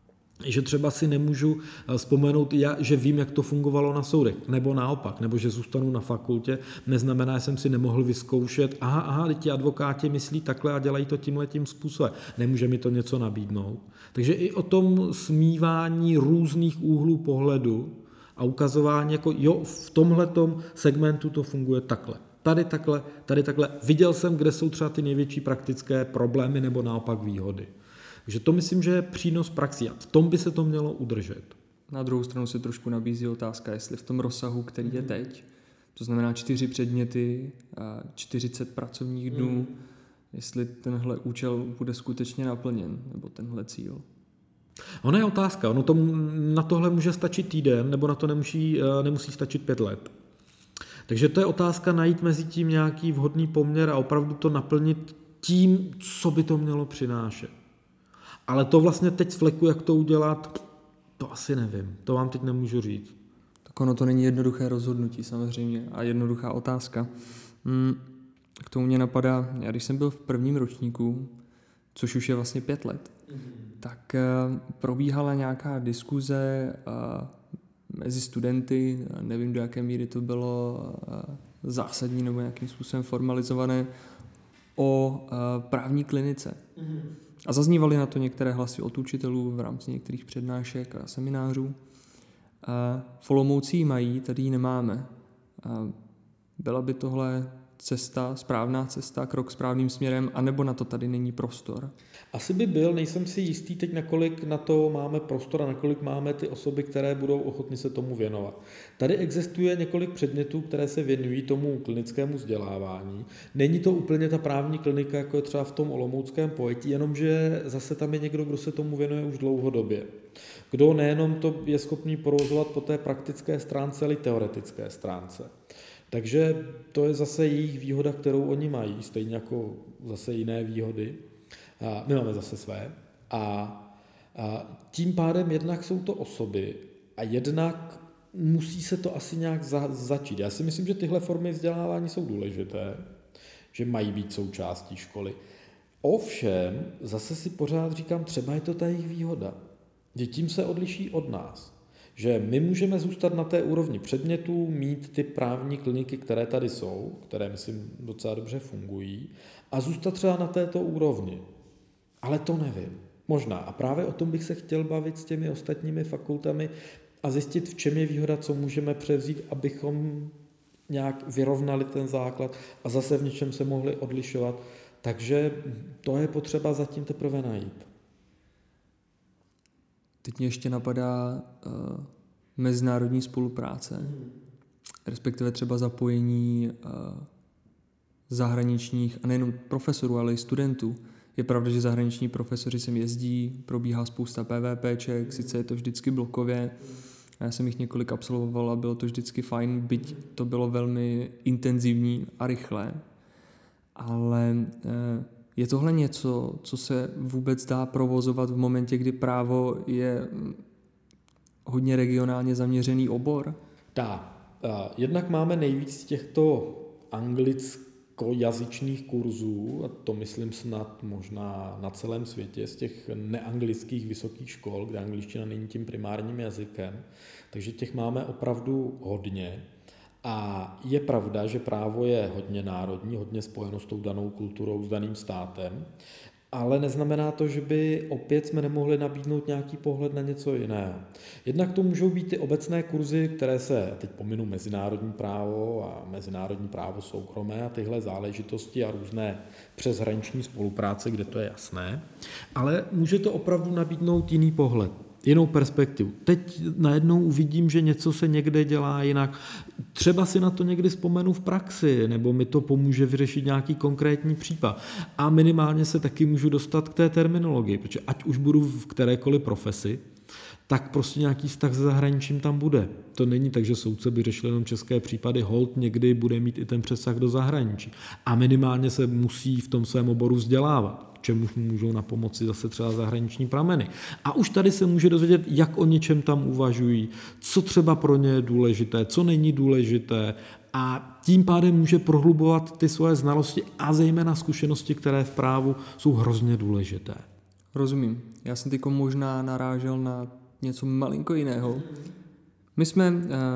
že třeba si nemůžu vzpomenout, že vím, jak to fungovalo na soudech, nebo naopak, nebo že zůstanu na fakultě, neznamená, že jsem si nemohl vyzkoušet, aha, aha, ti advokáti myslí takhle a dělají to tímhletím způsobem. Nemůže mi to něco nabídnout. Takže i o tom smívání různých úhlů pohledu a ukazování, jako jo, v tomhletom segmentu to funguje takhle. Tady takhle, tady takhle. Viděl jsem, kde jsou třeba ty největší praktické problémy nebo naopak výhody. Takže to myslím, že je přínos praxi a v tom by se to mělo udržet. Na druhou stranu se trošku nabízí otázka, jestli v tom rozsahu, který je teď, to znamená čtyři předměty, čtyřicet pracovních dnů, mm. jestli tenhle účel bude skutečně naplněn, nebo tenhle cíl. Ono je otázka, ono to, na tohle může stačit týden, nebo na to nemusí, nemusí stačit pět let. Takže to je otázka najít mezi tím nějaký vhodný poměr a opravdu to naplnit tím, co by to mělo přinášet. Ale to vlastně teď z fleku, jak to udělat, to asi nevím, to vám teď nemůžu říct. Tak ono to není jednoduché rozhodnutí samozřejmě a jednoduchá otázka. Hmm, k tomu mě napadá, já když jsem byl v prvním ročníku, což už je vlastně pět let, tak uh, probíhala nějaká diskuze uh, mezi studenty, nevím, do jaké míry to bylo uh, zásadní nebo nějakým způsobem formalizované, o právní klinice. A zaznívaly na to některé hlasy od učitelů v rámci některých přednášek a seminářů. V Olomouci mají, tady ji nemáme. Byla by tohle cesta, správná cesta, krok správným směrem, anebo na to tady není prostor? Asi by byl, nejsem si jistý teď, nakolik na to máme prostor a nakolik máme ty osoby, které budou ochotny se tomu věnovat. Tady existuje několik předmětů, které se věnují tomu klinickému vzdělávání. Není to úplně ta právní klinika, jako je třeba v tom olomouckém pojetí, jenomže zase tam je někdo, kdo se tomu věnuje už dlouhodobě. Kdo nejenom to je schopný provozovat po té praktické stránce, ale i teoretické stránce. Takže to je zase jejich výhoda, kterou oni mají, stejně jako zase jiné výhody. A my máme zase své. A, a tím pádem jednak jsou to osoby a jednak musí se to asi nějak za, začít. Já si myslím, že tyhle formy vzdělávání jsou důležité, že mají být součástí školy. Ovšem, zase si pořád říkám, třeba je to ta jejich výhoda. Že tím se odliší od nás. Že my můžeme zůstat na té úrovni předmětů, mít ty právní kliniky, které tady jsou, které, myslím, docela dobře fungují, a zůstat třeba na této úrovni. Ale to nevím. Možná. A právě o tom bych se chtěl bavit s těmi ostatními fakultami a zjistit, v čem je výhoda, co můžeme převzít, abychom nějak vyrovnali ten základ a zase v něčem se mohli odlišovat. Takže to je potřeba zatím teprve najít. Teď mě ještě napadá uh, mezinárodní spolupráce, hmm. respektive třeba zapojení uh, zahraničních, a nejenom profesorů, ale i studentů. Je pravda, že zahraniční profesoři sem jezdí, probíhá spousta PVPček, sice je to vždycky blokově. Já jsem jich několik absolvoval a bylo to vždycky fajn, byť to bylo velmi intenzivní a rychlé. Ale uh, je tohle něco, co se vůbec dá provozovat v momentě, kdy právo je hodně regionálně zaměřený obor? Dá. Jednak máme nejvíc těchto anglickojazyčných kurzů, a to myslím snad možná na celém světě, z těch neanglických vysokých škol, kde angličtina není tím primárním jazykem. Takže těch máme opravdu hodně. A je pravda, že právo je hodně národní, hodně spojeno s tou danou kulturou, s daným státem, ale neznamená to, že by opět jsme nemohli nabídnout nějaký pohled na něco jiného. Jednak to můžou být ty obecné kurzy, které se, teď pominu mezinárodní právo a mezinárodní právo soukromé a tyhle záležitosti a různé přeshraniční spolupráce, kde to je jasné, ale může to opravdu nabídnout jiný pohled. Jinou perspektivu. Teď najednou uvidím, že něco se někde dělá jinak. Třeba si na to někdy vzpomenu v praxi, nebo mi to pomůže vyřešit nějaký konkrétní případ. A minimálně se taky můžu dostat k té terminologii, protože ať už budu v kterékoliv profesi, tak prostě nějaký vztah se zahraničím tam bude. To není tak, že soudce by řešil jenom české případy, holt někdy bude mít i ten přesah do zahraničí. A minimálně se musí v tom svém oboru vzdělávat, čemuž můžou na pomoci zase třeba zahraniční prameny. A už tady se může dozvědět, jak o něčem tam uvažují, co třeba pro ně je důležité, co není důležité, a tím pádem může prohlubovat ty svoje znalosti a zejména zkušenosti, které v právu jsou hrozně důležité. Rozumím. Já jsem teď možná narážel na něco malinko jiného. My jsme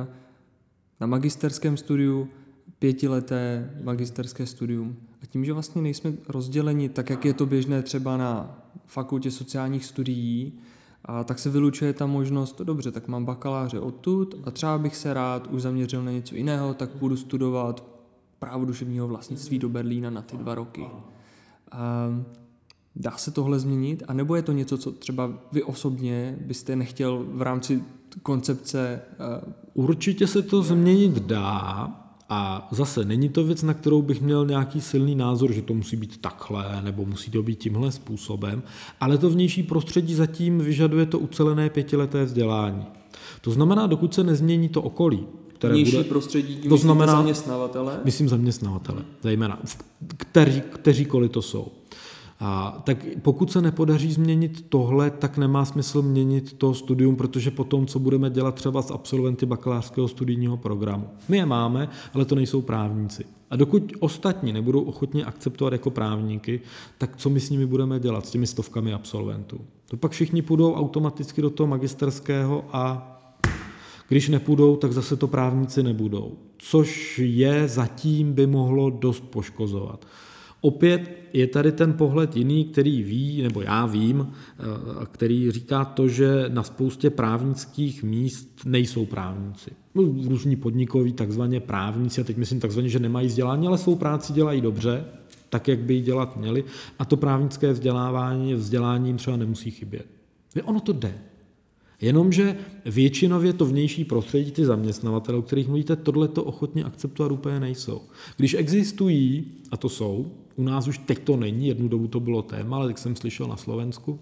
na magisterském studiu, pětileté magisterské studium. A tím, že vlastně nejsme rozděleni tak, jak je to běžné třeba na fakultě sociálních studií, a tak se vylučuje ta možnost, dobře, tak mám bakaláře odtud a třeba bych se rád už zaměřil na něco jiného, tak budu studovat právo duševního vlastnictví do Berlína na ty dva roky. A dá se tohle změnit? A nebo je to něco, co třeba vy osobně byste nechtěl v rámci koncepce? Určitě se to změnit dá. A zase není to věc, na kterou bych měl nějaký silný názor, že to musí být takhle, nebo musí to být tímhle způsobem, ale to vnější prostředí zatím vyžaduje to ucelené pětileté vzdělání. To znamená, dokud se nezmění to okolí, které vnější bude... prostředí, to znamená zaměstnavatele? Myslím zaměstnavatele, zejména, kteří, kteříkoliv to jsou. A tak pokud se nepodaří změnit tohle, tak nemá smysl měnit to studium, protože potom, co budeme dělat třeba s absolventy bakalářského studijního programu. My je máme, ale to nejsou právníci. A dokud ostatní nebudou ochotně akceptovat jako právníky, tak co my s nimi budeme dělat, s těmi stovkami absolventů? To pak všichni půjdou automaticky do toho magisterského a když nepůjdou, tak zase to právníci nebudou. Což je zatím by mohlo dost poškozovat. Opět je tady ten pohled jiný, který ví, nebo já vím, který říká to, že na spoustě právnických míst nejsou právníci. Různí podnikoví, takzvaně právníci, a teď myslím takzvaně, že nemají vzdělání, ale svou práci dělají dobře, tak, jak by ji dělat měli, a to právnické vzdělávání vzděláním třeba nemusí chybět. Ono to jde. Jenomže většinově to vnější prostředí, ty zaměstnavatele, o kterých mluvíte, tohleto ochotně akceptovat úplně nejsou. Když existují, a to jsou, u nás už teď to není, jednu dobu to bylo téma, ale tak jsem slyšel na Slovensku,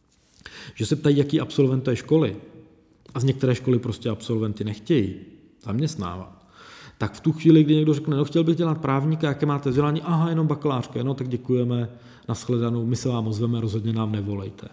že se ptají, jaký absolventé školy, a z některé školy prostě absolventy nechtějí zaměstnávat, tak v tu chvíli, kdy někdo řekne, no chtěl bych dělat právníka, jaké máte vzdělání, aha, jenom bakalářka, no tak děkujeme, nashledanou, my se vám ozveme, rozhodně nám nevolejte.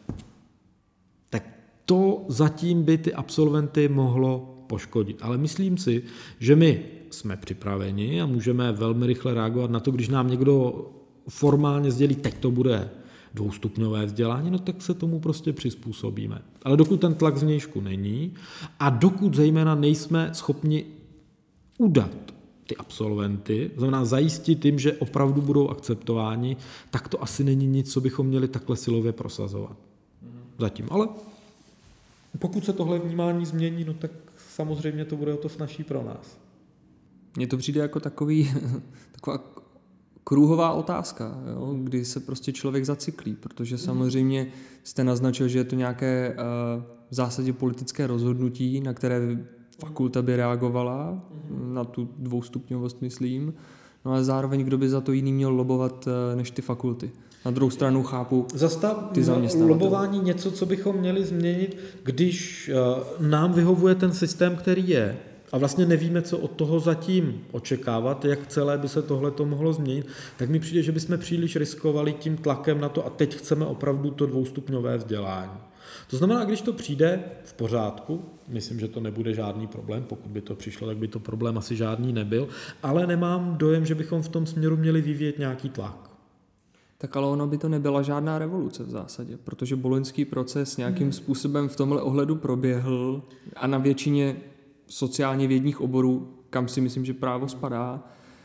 Tak to zatím by ty absolventy mohlo poškodit. Ale myslím si, že my jsme připraveni a můžeme velmi rychle reagovat na to, když nám někdo formálně sdělí, teď to bude dvoustupňové vzdělání, no tak se tomu prostě přizpůsobíme. Ale dokud ten tlak zvnějšku není a dokud zejména nejsme schopni udat ty absolventy, znamená zajistit jim, že opravdu budou akceptováni, tak to asi není nic, co bychom měli takhle silově prosazovat. Zatím. Ale pokud se tohle vnímání změní, no tak samozřejmě to bude o to snazší pro nás. Mně to přijde jako takový, taková kruhová otázka, jo? Kdy se prostě člověk zacyklí, protože samozřejmě jste naznačil, že je to nějaké uh, v zásadě politické rozhodnutí, na které fakulta by reagovala, mm. na tu dvoustupňovost, myslím, no ale zároveň kdo by za to jiný měl lobovat uh, než ty fakulty. Na druhou stranu chápu Zastav ty zaměstnavatele. Lobování něco, co bychom měli změnit, když uh, nám vyhovuje ten systém, který je. A vlastně nevíme, co od toho zatím očekávat, jak celé by se tohleto mohlo změnit, tak mi přijde, že bychom příliš riskovali tím tlakem na to a teď chceme opravdu to dvoustupňové vzdělání. To znamená, když to přijde v pořádku, myslím, že to nebude žádný problém, pokud by to přišlo, tak by to problém asi žádný nebyl, ale nemám dojem, že bychom v tom směru měli vyvíjet nějaký tlak. Tak ale ono by to nebyla žádná revoluce v zásadě, protože boloňský proces nějakým způsobem v tomhle ohledu proběhl a na většině sociálně vědních oborů, kam si myslím, že právo spadá,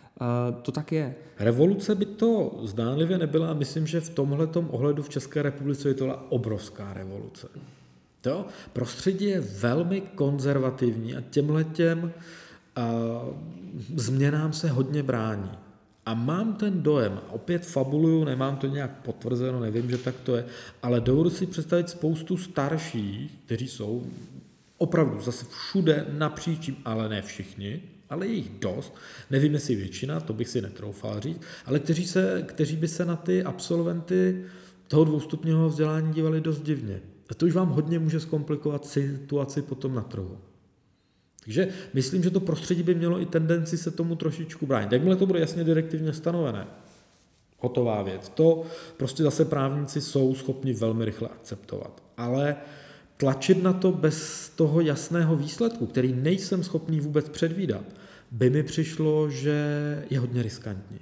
to tak je. Revoluce by to zdánlivě nebyla a myslím, že v tomhletom ohledu v České republice je to byla obrovská revoluce. To prostředí je velmi konzervativní a těmhletěm a, změnám se hodně brání. A mám ten dojem, opět fabuluju, nemám to nějak potvrzeno, nevím, že tak to je, ale dovedu si představit spoustu starších, kteří jsou opravdu zase všude napříč, ale ne všichni, ale je jich dost, nevím, jestli většina, to bych si netroufal říct, ale kteří, se, kteří by se na ty absolventy toho dvoustupňového vzdělání dívali dost divně. A to už vám hodně může zkomplikovat situaci potom na trhu. Takže myslím, že to prostředí by mělo i tendenci se tomu trošičku bránit. Jakmile to bude jasně direktivně stanovené, hotová věc. To prostě zase právníci jsou schopni velmi rychle akceptovat. Ale tlačit na to bez toho jasného výsledku, který nejsem schopný vůbec předvídat, by mi přišlo, že je hodně riskantní.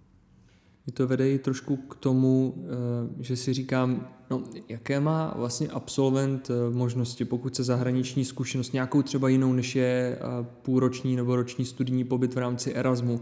Mě to vede i trošku k tomu, že si říkám, no, jaké má vlastně absolvent možnosti, pokud se zahraniční zkušenost nějakou třeba jinou, než je půlroční nebo roční studijní pobyt v rámci Erasmu.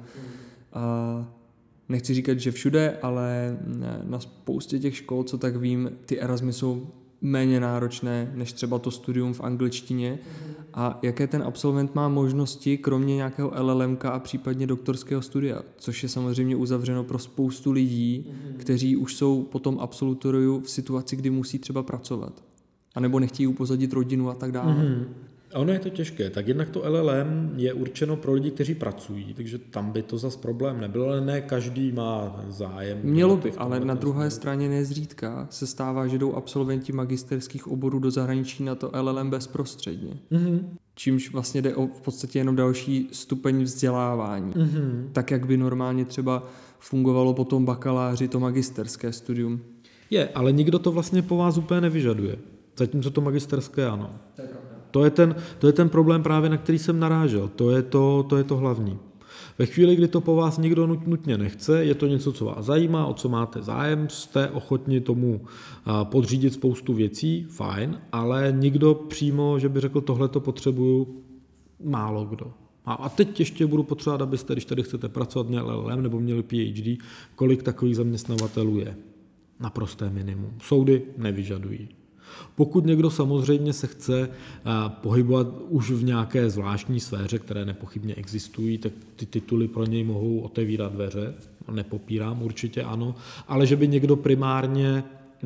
Nechci říkat, že všude, ale na spoustě těch škol, co tak vím, ty Erasmy jsou méně náročné než třeba to studium v angličtině. A jaké ten absolvent má možnosti, kromě nějakého L L M ka a případně doktorského studia, což je samozřejmě uzavřeno pro spoustu lidí, kteří už jsou po tom absolutoriu v situaci, kdy musí třeba pracovat. A nebo nechtějí upozadit rodinu a tak dále. Mm-hmm. A ono je to těžké. Tak jednak to L L M je určeno pro lidi, kteří pracují, takže tam by to zas problém nebyl, ale ne každý má zájem. Mělo by, ale na druhé straně nezřídka se stává, že jdou absolventi magisterských oborů do zahraničí na to L L M bezprostředně. Mm-hmm. Čímž vlastně jde o v podstatě jenom další stupeň vzdělávání. Mm-hmm. Tak, jak by normálně třeba fungovalo po tom bakaláři to magisterské studium. Je, ale nikdo to vlastně po vás úplně nevyžaduje. Zatímco to magisterské ano. To je ten, to je ten problém právě, na který jsem narážel. To je to, to je to hlavní. Ve chvíli, kdy to po vás nikdo nutně nechce, je to něco, co vás zajímá, o co máte zájem, jste ochotni tomu podřídit spoustu věcí, fajn, ale nikdo přímo, že by řekl, tohle to potřebuju, málo kdo. A, a teď ještě budu potřebovat, abyste, když tady chcete pracovat, měli L L M nebo měli P H D, kolik takových zaměstnavatelů je. Naprosté minimum. Soudy nevyžadují. Pokud někdo samozřejmě se chce pohybovat už v nějaké zvláštní sféře, které nepochybně existují, tak ty tituly pro něj mohou otevírat dveře. Nepopírám, určitě ano. Ale že by někdo primárně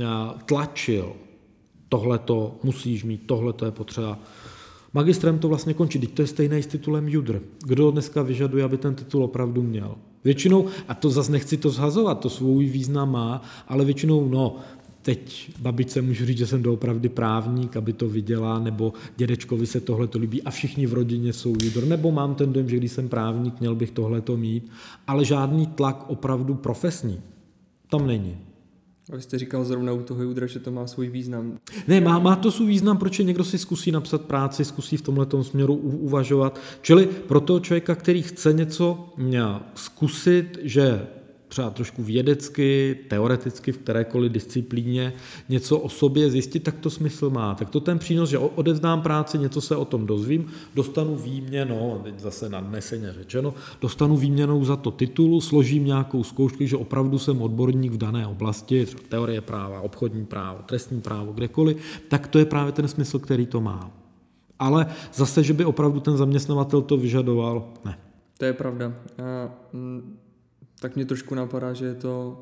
tlačil, tohleto musíš mít, tohleto je potřeba. Magistrem to vlastně končí, teď to je stejné s titulem judr. Kdo dneska vyžaduje, aby ten titul opravdu měl? Většinou, a to zase nechci to zhazovat, to svůj význam má, ale většinou, no, teď babičce můžu říct, že jsem doopravdy právník, aby to viděla, nebo dědečkovi se tohle to líbí a všichni v rodině jsou judr, nebo mám ten dojem, že když jsem právník, měl bych tohle to mít, ale žádný tlak opravdu profesní tam není. A vy jste říkal zrovna u toho judra, že to má svůj význam. Ne, má, má to svůj význam, protože někdo si zkusí napsat práci, zkusí v tomhletom směru uvažovat. Čili pro toho člověka, který chce něco zkusit, že třeba trošku vědecky, teoreticky, v kterékoliv disciplíně něco o sobě zjistit, tak to smysl má. Tak to ten přínos, že odevzdám práci, něco se o tom dozvím, dostanu výměnou, teď zase nadneseně řečeno, dostanu výměnou za to titulu, složím nějakou zkoušku, že opravdu jsem odborník v dané oblasti, třeba teorie práva, obchodní právo, trestní právo, kdekoliv, tak to je právě ten smysl, který to má. Ale zase, že by opravdu ten zaměstnavatel to vyžadoval, ne. To je pravda. A, mm, tak mě trošku napadá, že je to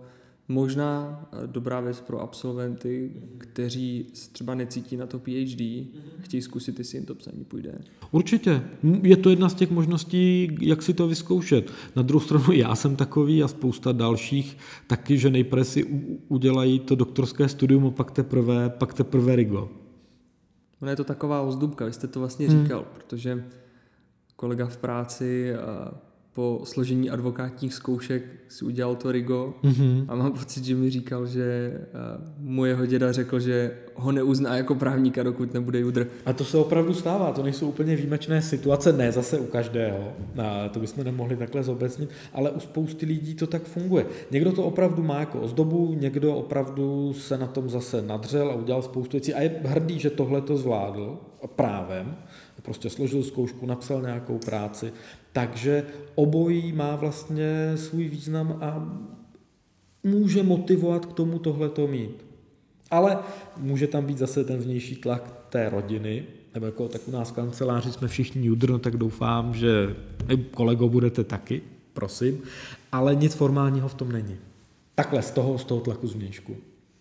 možná dobrá věc pro absolventy, kteří třeba necítí na to P H D, chtějí zkusit, jestli jim to psaní půjde. Určitě. Je to jedna z těch možností, jak si to vyzkoušet. Na druhou stranu já jsem takový a spousta dalších taky, že nejprve si udělají to doktorské studium a pak teprve, pak teprve rigo. Ono je to taková ozdůbka, vy jste to vlastně říkal, hmm. protože kolega v práci po složení advokátních zkoušek si udělal to rigo mm-hmm. a mám pocit, že mi říkal, že mu jeho děda řekl, že ho neuzná jako právníka, dokud nebude judr. A to se opravdu stává, to nejsou úplně výjimečné situace, ne zase u každého, to bychom nemohli takhle zobecnit, ale u spousty lidí to tak funguje. Někdo to opravdu má jako ozdobu, někdo opravdu se na tom zase nadřel a udělal spoustu věcí a je hrdý, že tohle to zvládl právem, prostě složil zkoušku, napsal nějakou práci, takže obojí má vlastně svůj význam a může motivovat k tomu tohleto mít. Ale může tam být zase ten vnější tlak té rodiny, nebo jako tak u nás v kanceláři jsme všichni judr, no tak doufám, že kolego budete taky, prosím, ale nic formálního v tom není. Takhle z toho, z toho tlaku zvnějšku.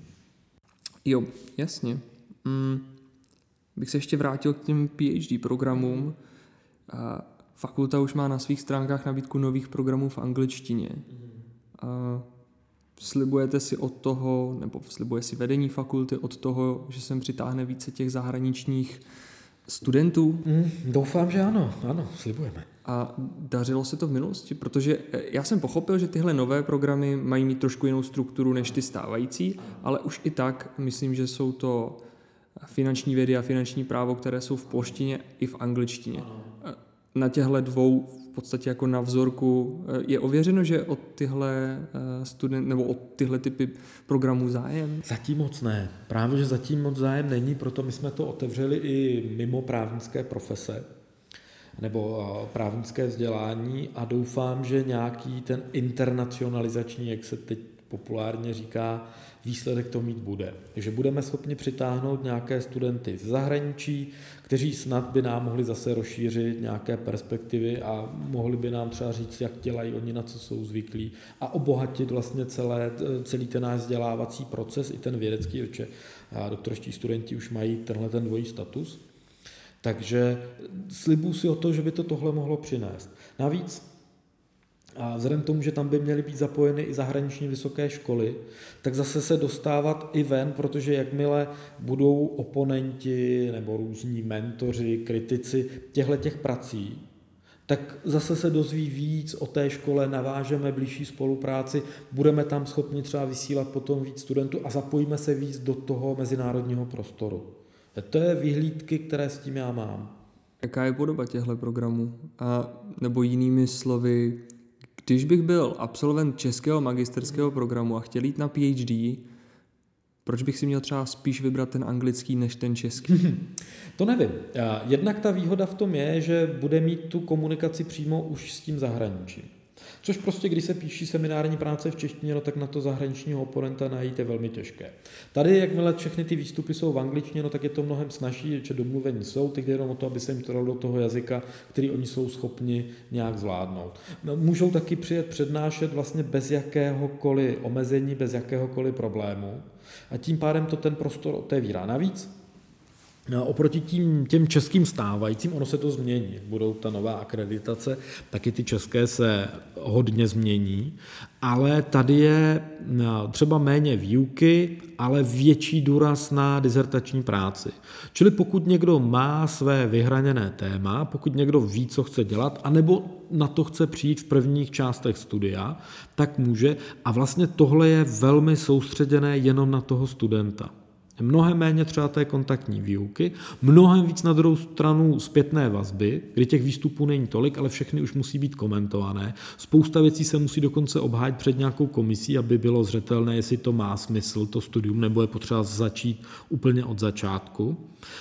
Jo, jasně. Mm. Bych se ještě vrátil k těm P H D programům. Fakulta už má na svých stránkách nabídku nových programů v angličtině. Slibujete si od toho, nebo slibuje si vedení fakulty od toho, že sem přitáhne více těch zahraničních studentů? Mm, doufám, že ano, ano, slibujeme. A dařilo se to v minulosti? Protože já jsem pochopil, že tyhle nové programy mají mít trošku jinou strukturu než ty stávající, ale už i tak myslím, že jsou to finanční vědy a finanční právo, které jsou v polštině i v angličtině. Na těchto dvou v podstatě jako na vzorku je ověřeno, že od tyhle student, nebo od tyhle typy programů zájem? Zatím moc ne. Právě, že zatím moc zájem není, proto my jsme to otevřeli i mimo právnické profese nebo právnické vzdělání a doufám, že nějaký ten internacionalizační, jak se teď populárně říká, výsledek to mít bude. Takže budeme schopni přitáhnout nějaké studenty z zahraničí, kteří snad by nám mohli zase rozšířit nějaké perspektivy a mohli by nám třeba říct, jak dělají oni, na co jsou zvyklí a obohatit vlastně celé, celý ten náš vzdělávací proces i ten vědecký, protože doktorští studenti už mají tenhle ten dvojí status. Takže slibuji si o to, že by to tohle mohlo přinést. Navíc a vzhledem k tomu, že tam by měly být zapojeny i zahraniční vysoké školy, tak zase se dostávat i ven, protože jakmile budou oponenti nebo různí mentoři, kritici těchto prací, tak zase se dozví víc o té škole, navážeme blížší spolupráci, budeme tam schopni třeba vysílat potom víc studentů a zapojíme se víc do toho mezinárodního prostoru. To je vyhlídky, které s tím já mám. Jaká je podoba těchto programů? A nebo jinými slovy, když bych byl absolvent českého magisterského programu a chtěl jít na P H D, Proč bych si měl třeba spíš vybrat ten anglický než ten český? To nevím. Jednak ta výhoda v tom je, že bude mít tu komunikaci přímo už s tím zahraničím. Což prostě, když se píší seminární práce v češtině, no tak na to zahraničního oponenta najít je velmi těžké. Tady, jakmile všechny ty výstupy jsou v angličtině, no tak je to mnohem snazší, že domluvení jsou, teď jenom o to, aby se jim to dalo do toho jazyka, který oni jsou schopni nějak zvládnout. Můžou taky přijet přednášet vlastně bez jakéhokoliv omezení, bez jakéhokoliv problému a tím pádem to ten prostor otevírá. Navíc oproti tím, těm českým stávajícím, ono se to změní, budou ta nová akreditace, taky ty české se hodně změní, ale tady je třeba méně výuky, ale větší důraz na dizertační práci. Čili pokud někdo má své vyhraněné téma, pokud někdo ví, co chce dělat, anebo na to chce přijít v prvních částech studia, tak může. A vlastně tohle je velmi soustředěné jenom na toho studenta. Mnohem méně třeba té kontaktní výuky, mnohem víc na druhou stranu zpětné vazby, kdy těch výstupů není tolik, ale všechny už musí být komentované. Spousta věcí se musí dokonce obhájit před nějakou komisí, aby bylo zřetelné, jestli to má smysl, to studium, nebo je potřeba začít úplně od začátku.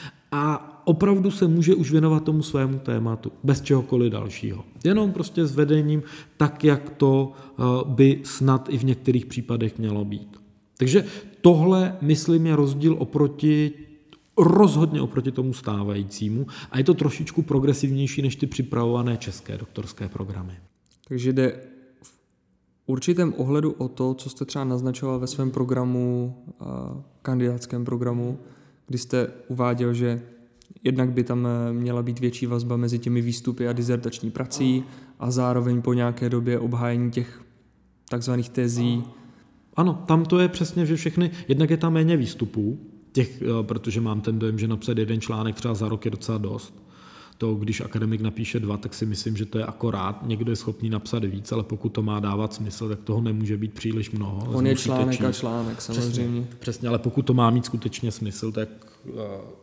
A opravdu se může už věnovat tomu svému tématu, bez čehokoliv dalšího. Jenom prostě s vedením tak, jak to by snad i v některých případech mělo být. Takže tohle, myslím, je rozdíl oproti, rozhodně oproti tomu stávajícímu a je to trošičku progresivnější než ty připravované české doktorské programy. Takže jde v určitém ohledu o to, co jste třeba naznačoval ve svém programu, kandidátském programu, kdy jste uváděl, že jednak by tam měla být větší vazba mezi těmi výstupy a dizertační prací a zároveň po nějaké době obhájení těch takzvaných tezí. Ano, tam to je přesně, že všechny, jednak je tam méně výstupů, těch, protože mám ten dojem, že napsat jeden článek třeba za rok je docela dost. To, když akademik napíše dva, tak si myslím, že to je akorát. Někdo je schopný napsat víc, ale pokud to má dávat smysl, tak toho nemůže být příliš mnoho. On je článek číst. A článek, samozřejmě. Přesně, přesně, ale pokud to má mít skutečně smysl, tak uh,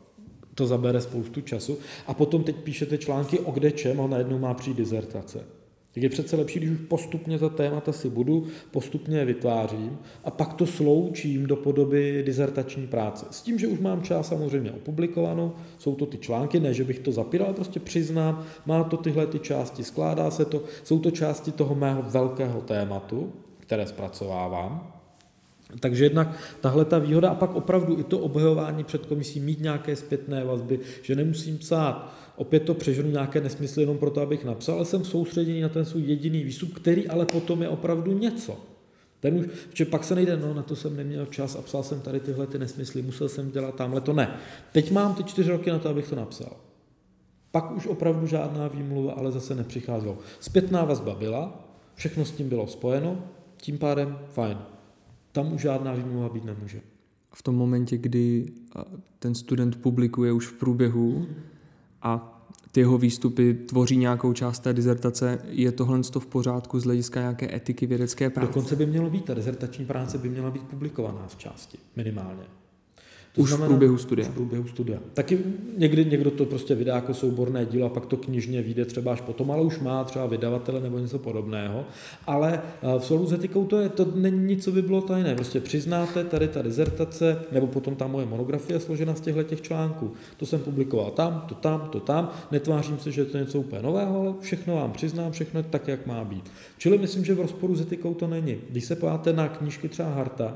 to zabere spoustu času. A potom teď píšete články o kde čem a najednou má přijít dizertace. Tak je přece lepší, když už postupně za témata si budu, postupně je vytvářím a pak to sloučím do podoby dizertační práce. S tím, že už mám část samozřejmě opublikovanou, jsou to ty články, ne, že bych to zapíral, ale prostě přiznám, má to tyhle ty části, skládá se to, jsou to části toho mého velkého tématu, které zpracovávám. Takže jednak tahle ta výhoda a pak opravdu i to obhajování před komisí, mít nějaké zpětné vazby, že nemusím psát, opět to přeženu nějaké nesmysly jenom proto, abych napsal, ale jsem soustředěný na ten svůj jediný výstup, který ale potom je opravdu něco. Ten už, že pak se nejde, no na to jsem neměl čas a psal jsem tady tyhle ty nesmysly, musel jsem dělat tamhle to ne. Teď mám ty čtyři roky na to, abych to napsal. Pak už opravdu žádná výmluva, ale zase nepřicházelo. Zpětná vazba byla, všechno s tím bylo spojeno, tím pádem fajn. Tam už žádná výmluva být nemůže. V tom momentě, kdy ten student publikuje už v průběhu a ty jeho výstupy tvoří nějakou část té dizertace, je tohle v pořádku z hlediska nějaké etiky vědecké práce? Dokonce by mělo být, ta dizertační práce by měla být publikovaná z části, minimálně. To už znamená, v průběhu studia. Už v průběhu studia. Taky někdy někdo to prostě vydá jako souborné dílo a pak to knižně vyjde třeba až potom, ale už má třeba vydavatele nebo něco podobného. Ale v souladu s etikou to, je, to není nic, co by bylo tajné. Prostě přiznáte, tady ta dizertace, nebo potom ta moje monografie je složena z těchto těch článků. To jsem publikoval tam, to tam, to tam. Netvářím se, že to je něco úplně nového, ale všechno vám přiznám, všechno je tak, jak má být. Čili myslím, že v rozporu s etikou to není. Když se podíváte na knížky třeba Harta,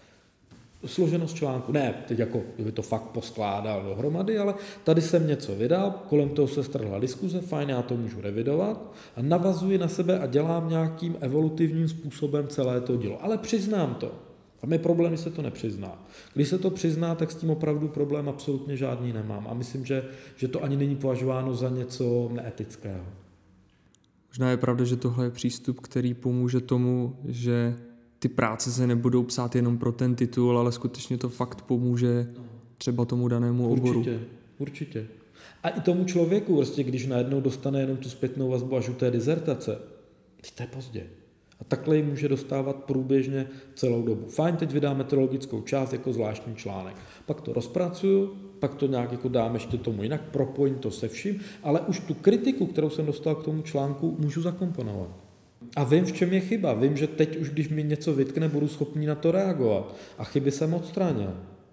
složenost článku. Ne, teď jako by to fakt poskládal dohromady, ale tady jsem něco vydal, kolem toho se strhla diskuze, fajn, já to můžu revidovat a navazuji na sebe a dělám nějakým evolutivním způsobem celé to dílo. Ale přiznám to. A my problém, když se to nepřizná. Když se to přizná, tak s tím opravdu problém absolutně žádný nemám. A myslím, že, že to ani není považováno za něco neetického. Možná je pravda, že tohle je přístup, který pomůže tomu, že ty práce se nebudou psát jenom pro ten titul, ale skutečně to fakt pomůže třeba tomu danému oboru. Určitě, určitě. A i tomu člověku, prostě, když najednou dostane jenom tu zpětnou vazbu až u té dizertace, to je pozdě. A takhle ji může dostávat průběžně celou dobu. Fajn, teď vydám meteorologickou část jako zvláštní článek. Pak to rozpracuju, pak to nějak jako dám ještě tomu jinak, propojím to se vším, ale už tu kritiku, kterou jsem dostal k tomu článku, můžu zakomponovat. A vím, v čem je chyba. Vím, že teď už, když mi něco vytkne, budu schopný na to reagovat. A chyby jsem odstranil.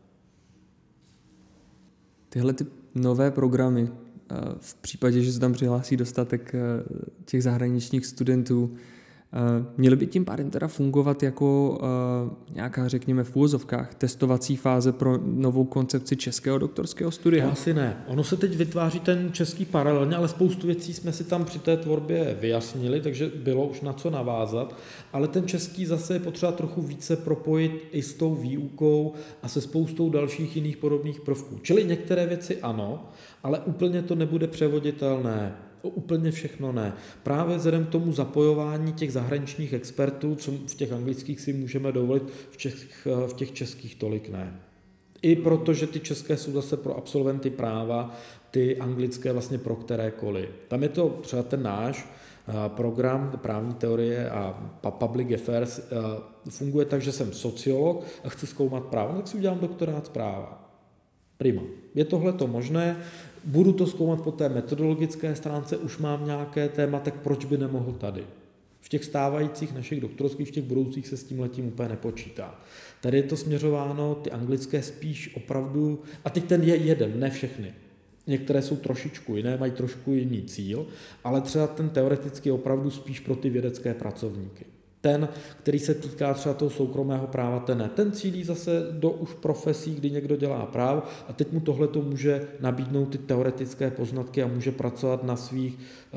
Tyhle ty nové programy, v případě, že se tam přihlásí dostatek těch zahraničních studentů, měly by tím pádem teda fungovat jako nějaká, řekněme, v úvozovkách testovací fáze pro novou koncepci českého doktorského studia? To asi ne. Ono se teď vytváří ten český paralelně, ale spoustu věcí jsme si tam při té tvorbě vyjasnili, takže bylo už na co navázat, ale ten český zase je potřeba trochu více propojit i s tou výukou a se spoustou dalších jiných podobných prvků. Čili některé věci ano, ale úplně to nebude převoditelné. Úplně všechno ne. Právě vzhledem k tomu zapojování těch zahraničních expertů, co v těch anglických si můžeme dovolit, v těch, v těch českých tolik ne. I protože ty české jsou zase pro absolventy práva, ty anglické vlastně pro kterékoliv. Tam je to třeba ten náš program právní teorie a public affairs funguje tak, že jsem sociolog a chci zkoumat právo, tak si udělám doktorát z práva. Prima. Je tohleto možné, budu to zkoumat po té metodologické stránce, už mám nějaké téma, tak proč by nemohl tady? V těch stávajících našich doktorských, v těch budoucích se s tím letím úplně nepočítá. Tady je to směřováno, ty anglické spíš opravdu, a teď ten je jeden, ne všechny. Některé jsou trošičku jiné, mají trošku jiný cíl, ale třeba ten teoreticky je opravdu spíš pro ty vědecké pracovníky. Ten, který se týká třeba toho soukromého práva, ten ne. Ten cílí zase do už profesí, kdy někdo dělá právo a teď mu tohleto může nabídnout ty teoretické poznatky a může pracovat na svých,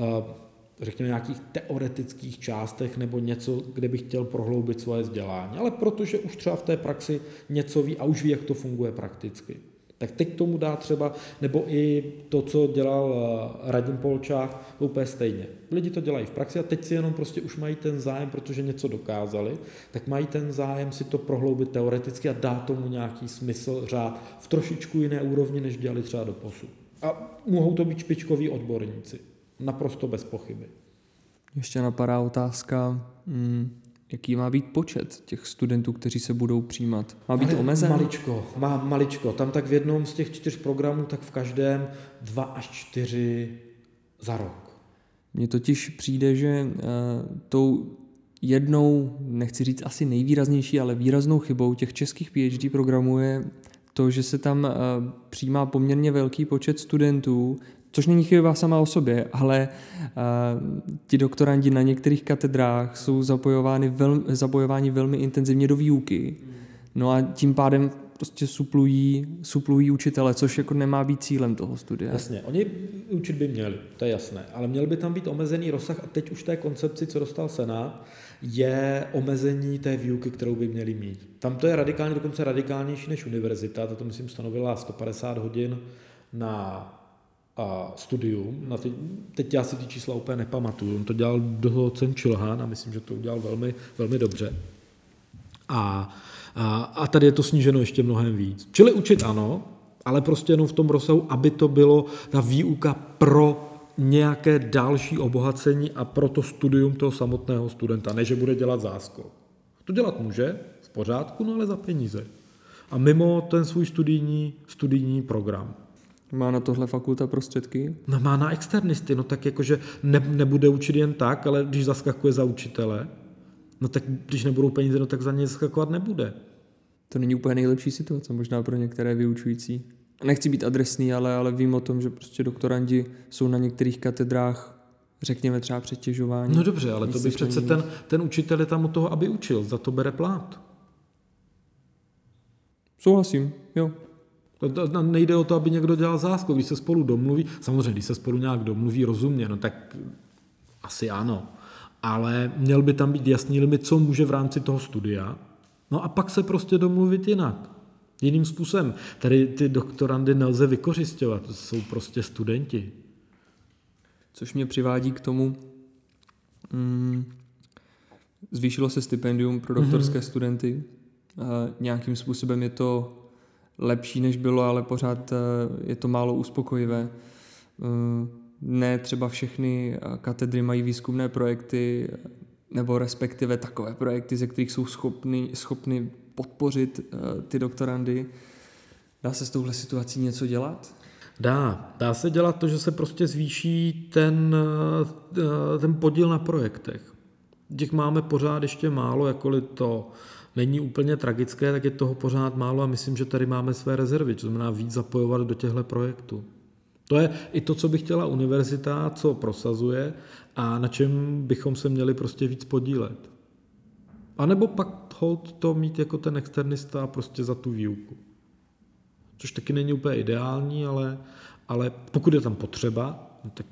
řekněme, nějakých teoretických částech nebo něco, kde by chtěl prohloubit svoje vzdělání. Ale protože už třeba v té praxi něco ví a už ví, jak to funguje prakticky. Tak teď tomu dá třeba, nebo i to, co dělal Radim Polčák, úplně stejně. Lidi to dělají v praxi a teď si jenom prostě už mají ten zájem, protože něco dokázali, tak mají ten zájem si to prohloubit teoreticky a dá tomu nějaký smysl, řád v trošičku jiné úrovni, než dělali třeba doposud. A mohou to být špičkoví odborníci. Naprosto bez pochyby. Ještě napadá otázka, hmm. jaký má být počet těch studentů, kteří se budou přijímat? Má být omezen? Maličko, má maličko. Tam tak v jednom z těch čtyř programů, tak v každém dva až čtyři za rok. Mně totiž přijde, že uh, tou jednou, nechci říct asi nejvýraznější, ale výraznou chybou těch českých PhD programů je to, že se tam uh, přijímá poměrně velký počet studentů, což není chyba sama o sobě, ale uh, ti doktorandi na některých katedrách jsou zapojováni, vel, zapojováni velmi intenzivně do výuky. No a tím pádem prostě suplují, suplují učitele, což jako nemá být cílem toho studia. Jasně, oni učit by měli, to je jasné, ale měl by tam být omezený rozsah a teď už té koncepci, co dostal Senát, je omezení té výuky, kterou by měli mít. Tam to je radikálně, dokonce radikálnější než univerzita, to myslím stanovila sto padesát hodin na a studium. Na ty, teď já si ty čísla úplně nepamatuju. On to dělal docent Čilhán a myslím, že to udělal velmi, velmi dobře. A, a, a tady je to sníženo ještě mnohem víc. Čili učit ano, ale prostě jenom v tom rozsahu, aby to bylo ta výuka pro nějaké další obohacení a pro to studium toho samotného studenta, ne, že bude dělat záskok. To dělat může, v pořádku, no ale za peníze. A mimo ten svůj studijní, studijní program. Má na tohle fakulta prostředky? No má na externisty, no tak jakože ne, nebude učit jen tak, ale když zaskakuje za učitele, no tak když nebudou peníze, no tak za ně zaskakovat nebude. To není úplně nejlepší situace, možná pro některé vyučující. Nechci být adresný, ale, ale vím o tom, že prostě doktorandi jsou na některých katedrách, řekněme třeba přetěžování. No dobře, ale to by přece ten, ten učitel je tam od toho, aby učil, za to bere plát. Souhlasím, jo. Nejde o to, aby někdo dělal záskok, když se spolu domluví, samozřejmě, když se spolu nějak domluví rozumně, no tak asi ano, ale měl by tam být jasný limit, co může v rámci toho studia, no a pak se prostě domluvit jinak, jiným způsobem. Tady ty doktorandy nelze vykořisťovat, to jsou prostě studenti. Což mě přivádí k tomu, mm, zvýšilo se stipendium pro doktorské mm-hmm. studenty, a nějakým způsobem je to lepší, než bylo, ale pořád je to málo uspokojivé. Ne třeba všechny katedry mají výzkumné projekty, nebo respektive takové projekty, ze kterých jsou schopni, schopni podpořit ty doktorandy. Dá se s touhle situací něco dělat? Dá. Dá se dělat to, že se prostě zvýší ten, ten podíl na projektech. těch máme pořád ještě málo, jakkoliv to není úplně tragické, tak je toho pořád málo a myslím, že tady máme své rezervy, co znamená víc zapojovat do těchto projektů. To je i to, co by chtěla univerzita, co prosazuje a na čem bychom se měli prostě víc podílet. A nebo pak hold to mít jako ten externista prostě za tu výuku. Což taky není úplně ideální, ale, ale pokud je tam potřeba, no tak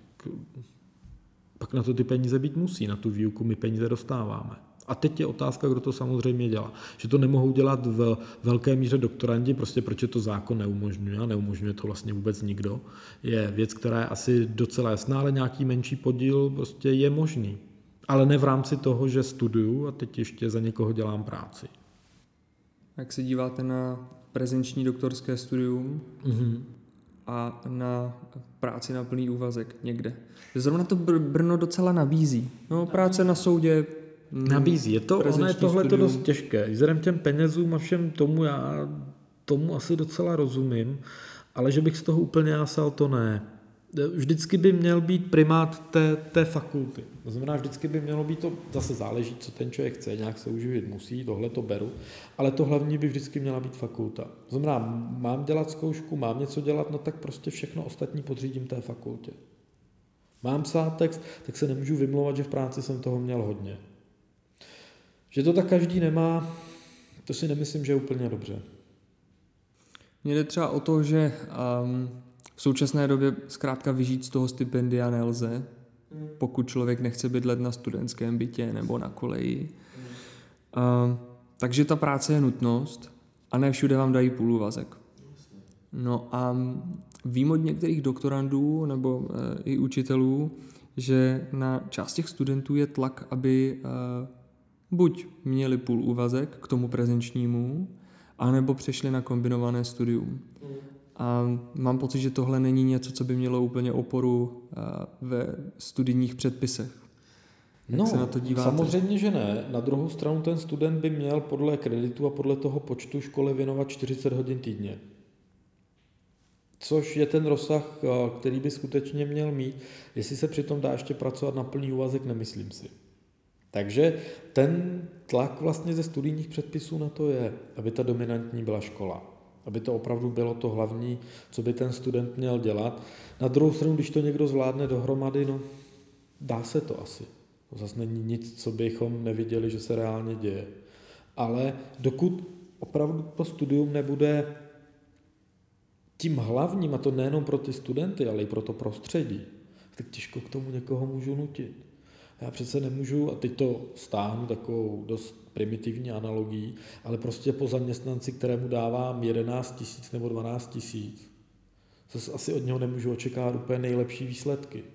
pak na to ty peníze být musí, na tu výuku my peníze dostáváme. A teď je otázka, kdo to samozřejmě dělá. Že to nemohou dělat v velké míře doktorandi, prostě protože to zákon neumožňuje a neumožňuje to vlastně vůbec nikdo. Je věc, která je asi docela jasná, ale nějaký menší podíl prostě je možný. Ale ne v rámci toho, že studuju a teď ještě za někoho dělám práci. Jak se díváte na prezenční doktorské studium mm-hmm. a na práci na plný úvazek někde? Zrovna to Br- Brno docela nabízí. No, práce na soudě nabízí. Je to, ono je tohle to dost těžké. Vzhledem těm penězům a všem tomu já tomu asi docela rozumím, ale že bych z toho úplně jásal, to ne. Vždycky by měl být primát té, té fakulty. To znamená, vždycky by mělo být to, zase záleží, co ten člověk chce, nějak se uživit musí, tohle to beru, ale to hlavní by vždycky měla být fakulta. To znamená, mám dělat zkoušku, mám něco dělat, no tak prostě všechno ostatní podřídím té fakultě. Mám psát text, tak se nemůžu vymlouvat, že v práci jsem toho měl hodně. Že to tak každý nemá, to si nemyslím, že je úplně dobře. Mně jde třeba o to, že um, v současné době zkrátka vyžít z toho stipendia nelze, pokud člověk nechce bydlet na studentském bytě nebo na koleji. Um, takže ta práce je nutnost a ne všude vám dají půlúvazek. No a vím od některých doktorandů nebo uh, i učitelů, že na část těch studentů je tlak, aby uh, buď měli půlúvazek k tomu prezenčnímu, anebo přešli na kombinované studium. A mám pocit, že tohle není něco, co by mělo úplně oporu ve studijních předpisech. Jak no, se na to díváte? Samozřejmě, že ne. Na druhou stranu ten student by měl podle kreditu a podle toho počtu školy věnovat čtyřicet hodin týdně. Což je ten rozsah, který by skutečně měl mít. Jestli se přitom dá ještě pracovat na plný úvazek, nemyslím si. Takže ten tlak vlastně ze studijních předpisů na to je, aby ta dominantní byla škola. Aby to opravdu bylo to hlavní, co by ten student měl dělat. Na druhou stranu, když to někdo zvládne dohromady, no dá se to asi. To zase není nic, co bychom neviděli, že se reálně děje. Ale dokud opravdu to studium nebude tím hlavním, a to nejenom pro ty studenty, ale i pro to prostředí, tak těžko k tomu někoho můžu nutit. Já přece nemůžu, a teď to stáhnu takovou dost primitivní analogii, ale prostě po zaměstnanci, kterému dávám jedenáct tisíc nebo dvanáct tisíc, zase asi od něho nemůžu očekávat úplně nejlepší výsledky.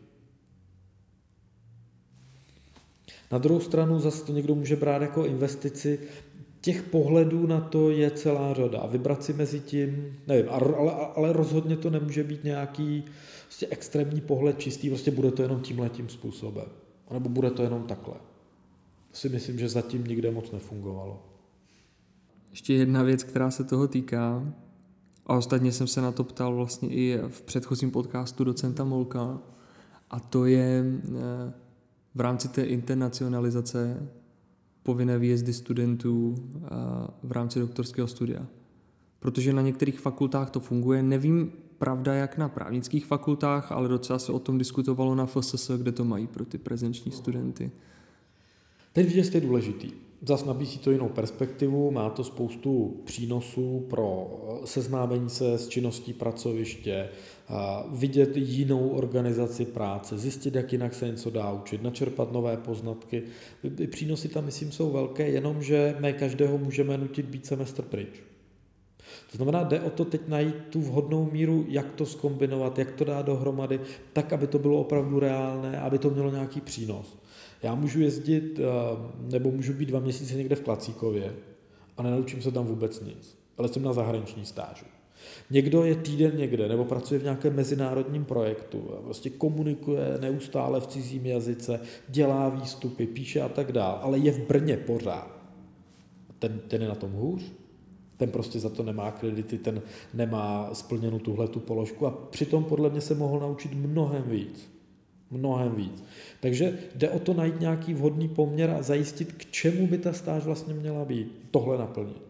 Na druhou stranu zase to někdo může brát jako investici. Těch pohledů na to je celá řada. A vybrat si mezi tím, nevím, ale, ale rozhodně to nemůže být nějaký prostě extrémní pohled čistý, prostě bude to jenom tímhletím způsobem. A nebo bude to jenom takhle. To si myslím, že zatím nikde moc nefungovalo. Ještě jedna věc, která se toho týká, a ostatně jsem se na to ptal vlastně i v předchozím podcastu docenta Molka, a to je v rámci té internacionalizace povinné výjezdy studentů v rámci doktorského studia. Protože na některých fakultách to funguje. Nevím, pravda, jak na právnických fakultách, ale docela se o tom diskutovalo na F S S, kde to mají pro ty prezenční studenty. Ten výjezd je důležitý. Zas nabízí to jinou perspektivu, má to spoustu přínosů pro seznámení se s činností pracoviště, vidět jinou organizaci práce, zjistit, jak jinak se něco dá učit, načerpat nové poznatky. Přínosy tam, myslím, jsou velké, jenomže ne každého můžeme nutit být semestr pryč. To znamená, jde o to teď najít tu vhodnou míru, jak to zkombinovat, jak to dát dohromady, tak, aby to bylo opravdu reálné, aby to mělo nějaký přínos. Já můžu jezdit, nebo můžu být dva měsíce někde v Klacíkově a nenaučím se tam vůbec nic, ale jsem na zahraniční stáži. Někdo je týden někde, nebo pracuje v nějakém mezinárodním projektu a prostě komunikuje neustále v cizím jazyce, dělá výstupy, píše a tak dále, ale je v Brně pořád. Ten, ten je na tom hůř. Ten prostě za to nemá kredity, ten nemá splněnou tuhletu položku a přitom podle mě se mohl naučit mnohem víc. Mnohem víc. Takže jde o to najít nějaký vhodný poměr a zajistit, k čemu by ta stáž vlastně měla být. Tohle naplnit.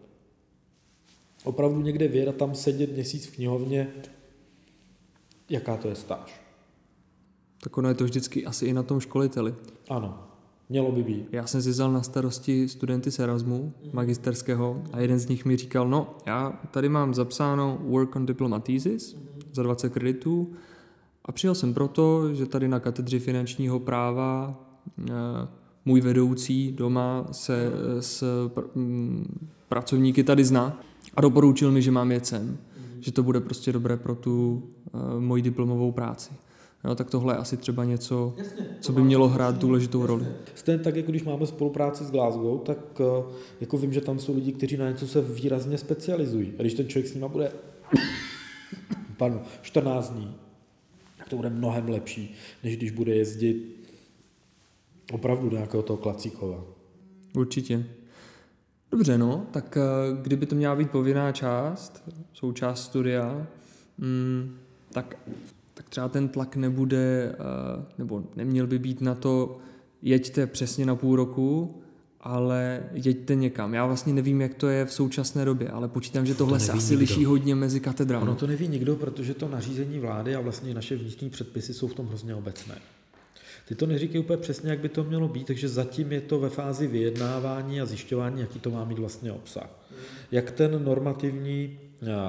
Opravdu někde vědět a tam sedět měsíc v knihovně, jaká to je stáž. Tak ono je to vždycky asi i na tom školiteli. Ano, mělo by být. Já jsem si vzal na starosti studenty z Erasmu, magisterského, a jeden z nich mi říkal, no, já tady mám zapsáno Work on Diploma Thesis za dvacet kreditů a přijel jsem proto, že tady na katedře finančního práva můj vedoucí doma se s pracovníky tady zná a doporučil mi, že mám jet sem, že to bude prostě dobré pro tu moji diplomovou práci. No, tak tohle je asi třeba něco, Jasně, co by mělo hrát důležitou roli. Stejně tak, jako když máme spolupráci s Glasgow, tak jako vím, že tam jsou lidi, kteří na něco se výrazně specializují. A když ten člověk s nima bude pardon, čtrnáct dní, tak to bude mnohem lepší, než když bude jezdit opravdu do nějakého toho Klacíkova. Určitě. Dobře, no, tak kdyby to měla být povinná část, součást studia, mm, tak... tak třeba ten tlak nebude, nebo neměl by být na to, jeďte přesně na půl roku, ale jeďte někam. Já vlastně nevím, jak to je v současné době, ale počítám, že tohle to se asi nikdo. liší hodně mezi katedrami. Ono to neví nikdo, protože to nařízení vlády a vlastně naše vnitřní předpisy jsou v tom hrozně obecné. Ty to neříkají úplně přesně, jak by to mělo být, takže zatím je to ve fázi vyjednávání a zjišťování, jaký to má mít vlastně obsah. Jak ten normativní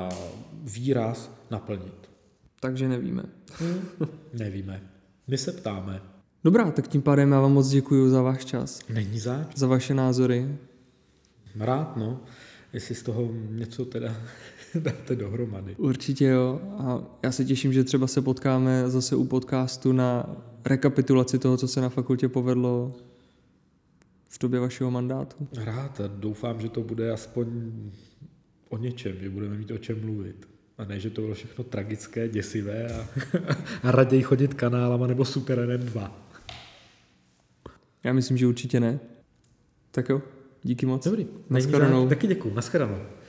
výraz naplnit. Takže nevíme. Hmm. Nevíme. My se ptáme. Dobrá, tak tím pádem já vám moc děkuju za váš čas. Není zač. Za vaše názory. Rád, no. Jestli z toho něco teda dáte dohromady. Určitě jo. A já se těším, že třeba se potkáme zase u podcastu na rekapitulaci toho, co se na fakultě povedlo v době vašeho mandátu. Rád a doufám, že to bude aspoň o něčem, že budeme mít o čem mluvit. A ne, že to bylo všechno tragické, děsivé a, a raději chodit kanálama nebo Super N M dva. Já myslím, že určitě ne. Tak jo, díky moc. Dobrý. Naschledanou. Taky děkuju. Naschledanou.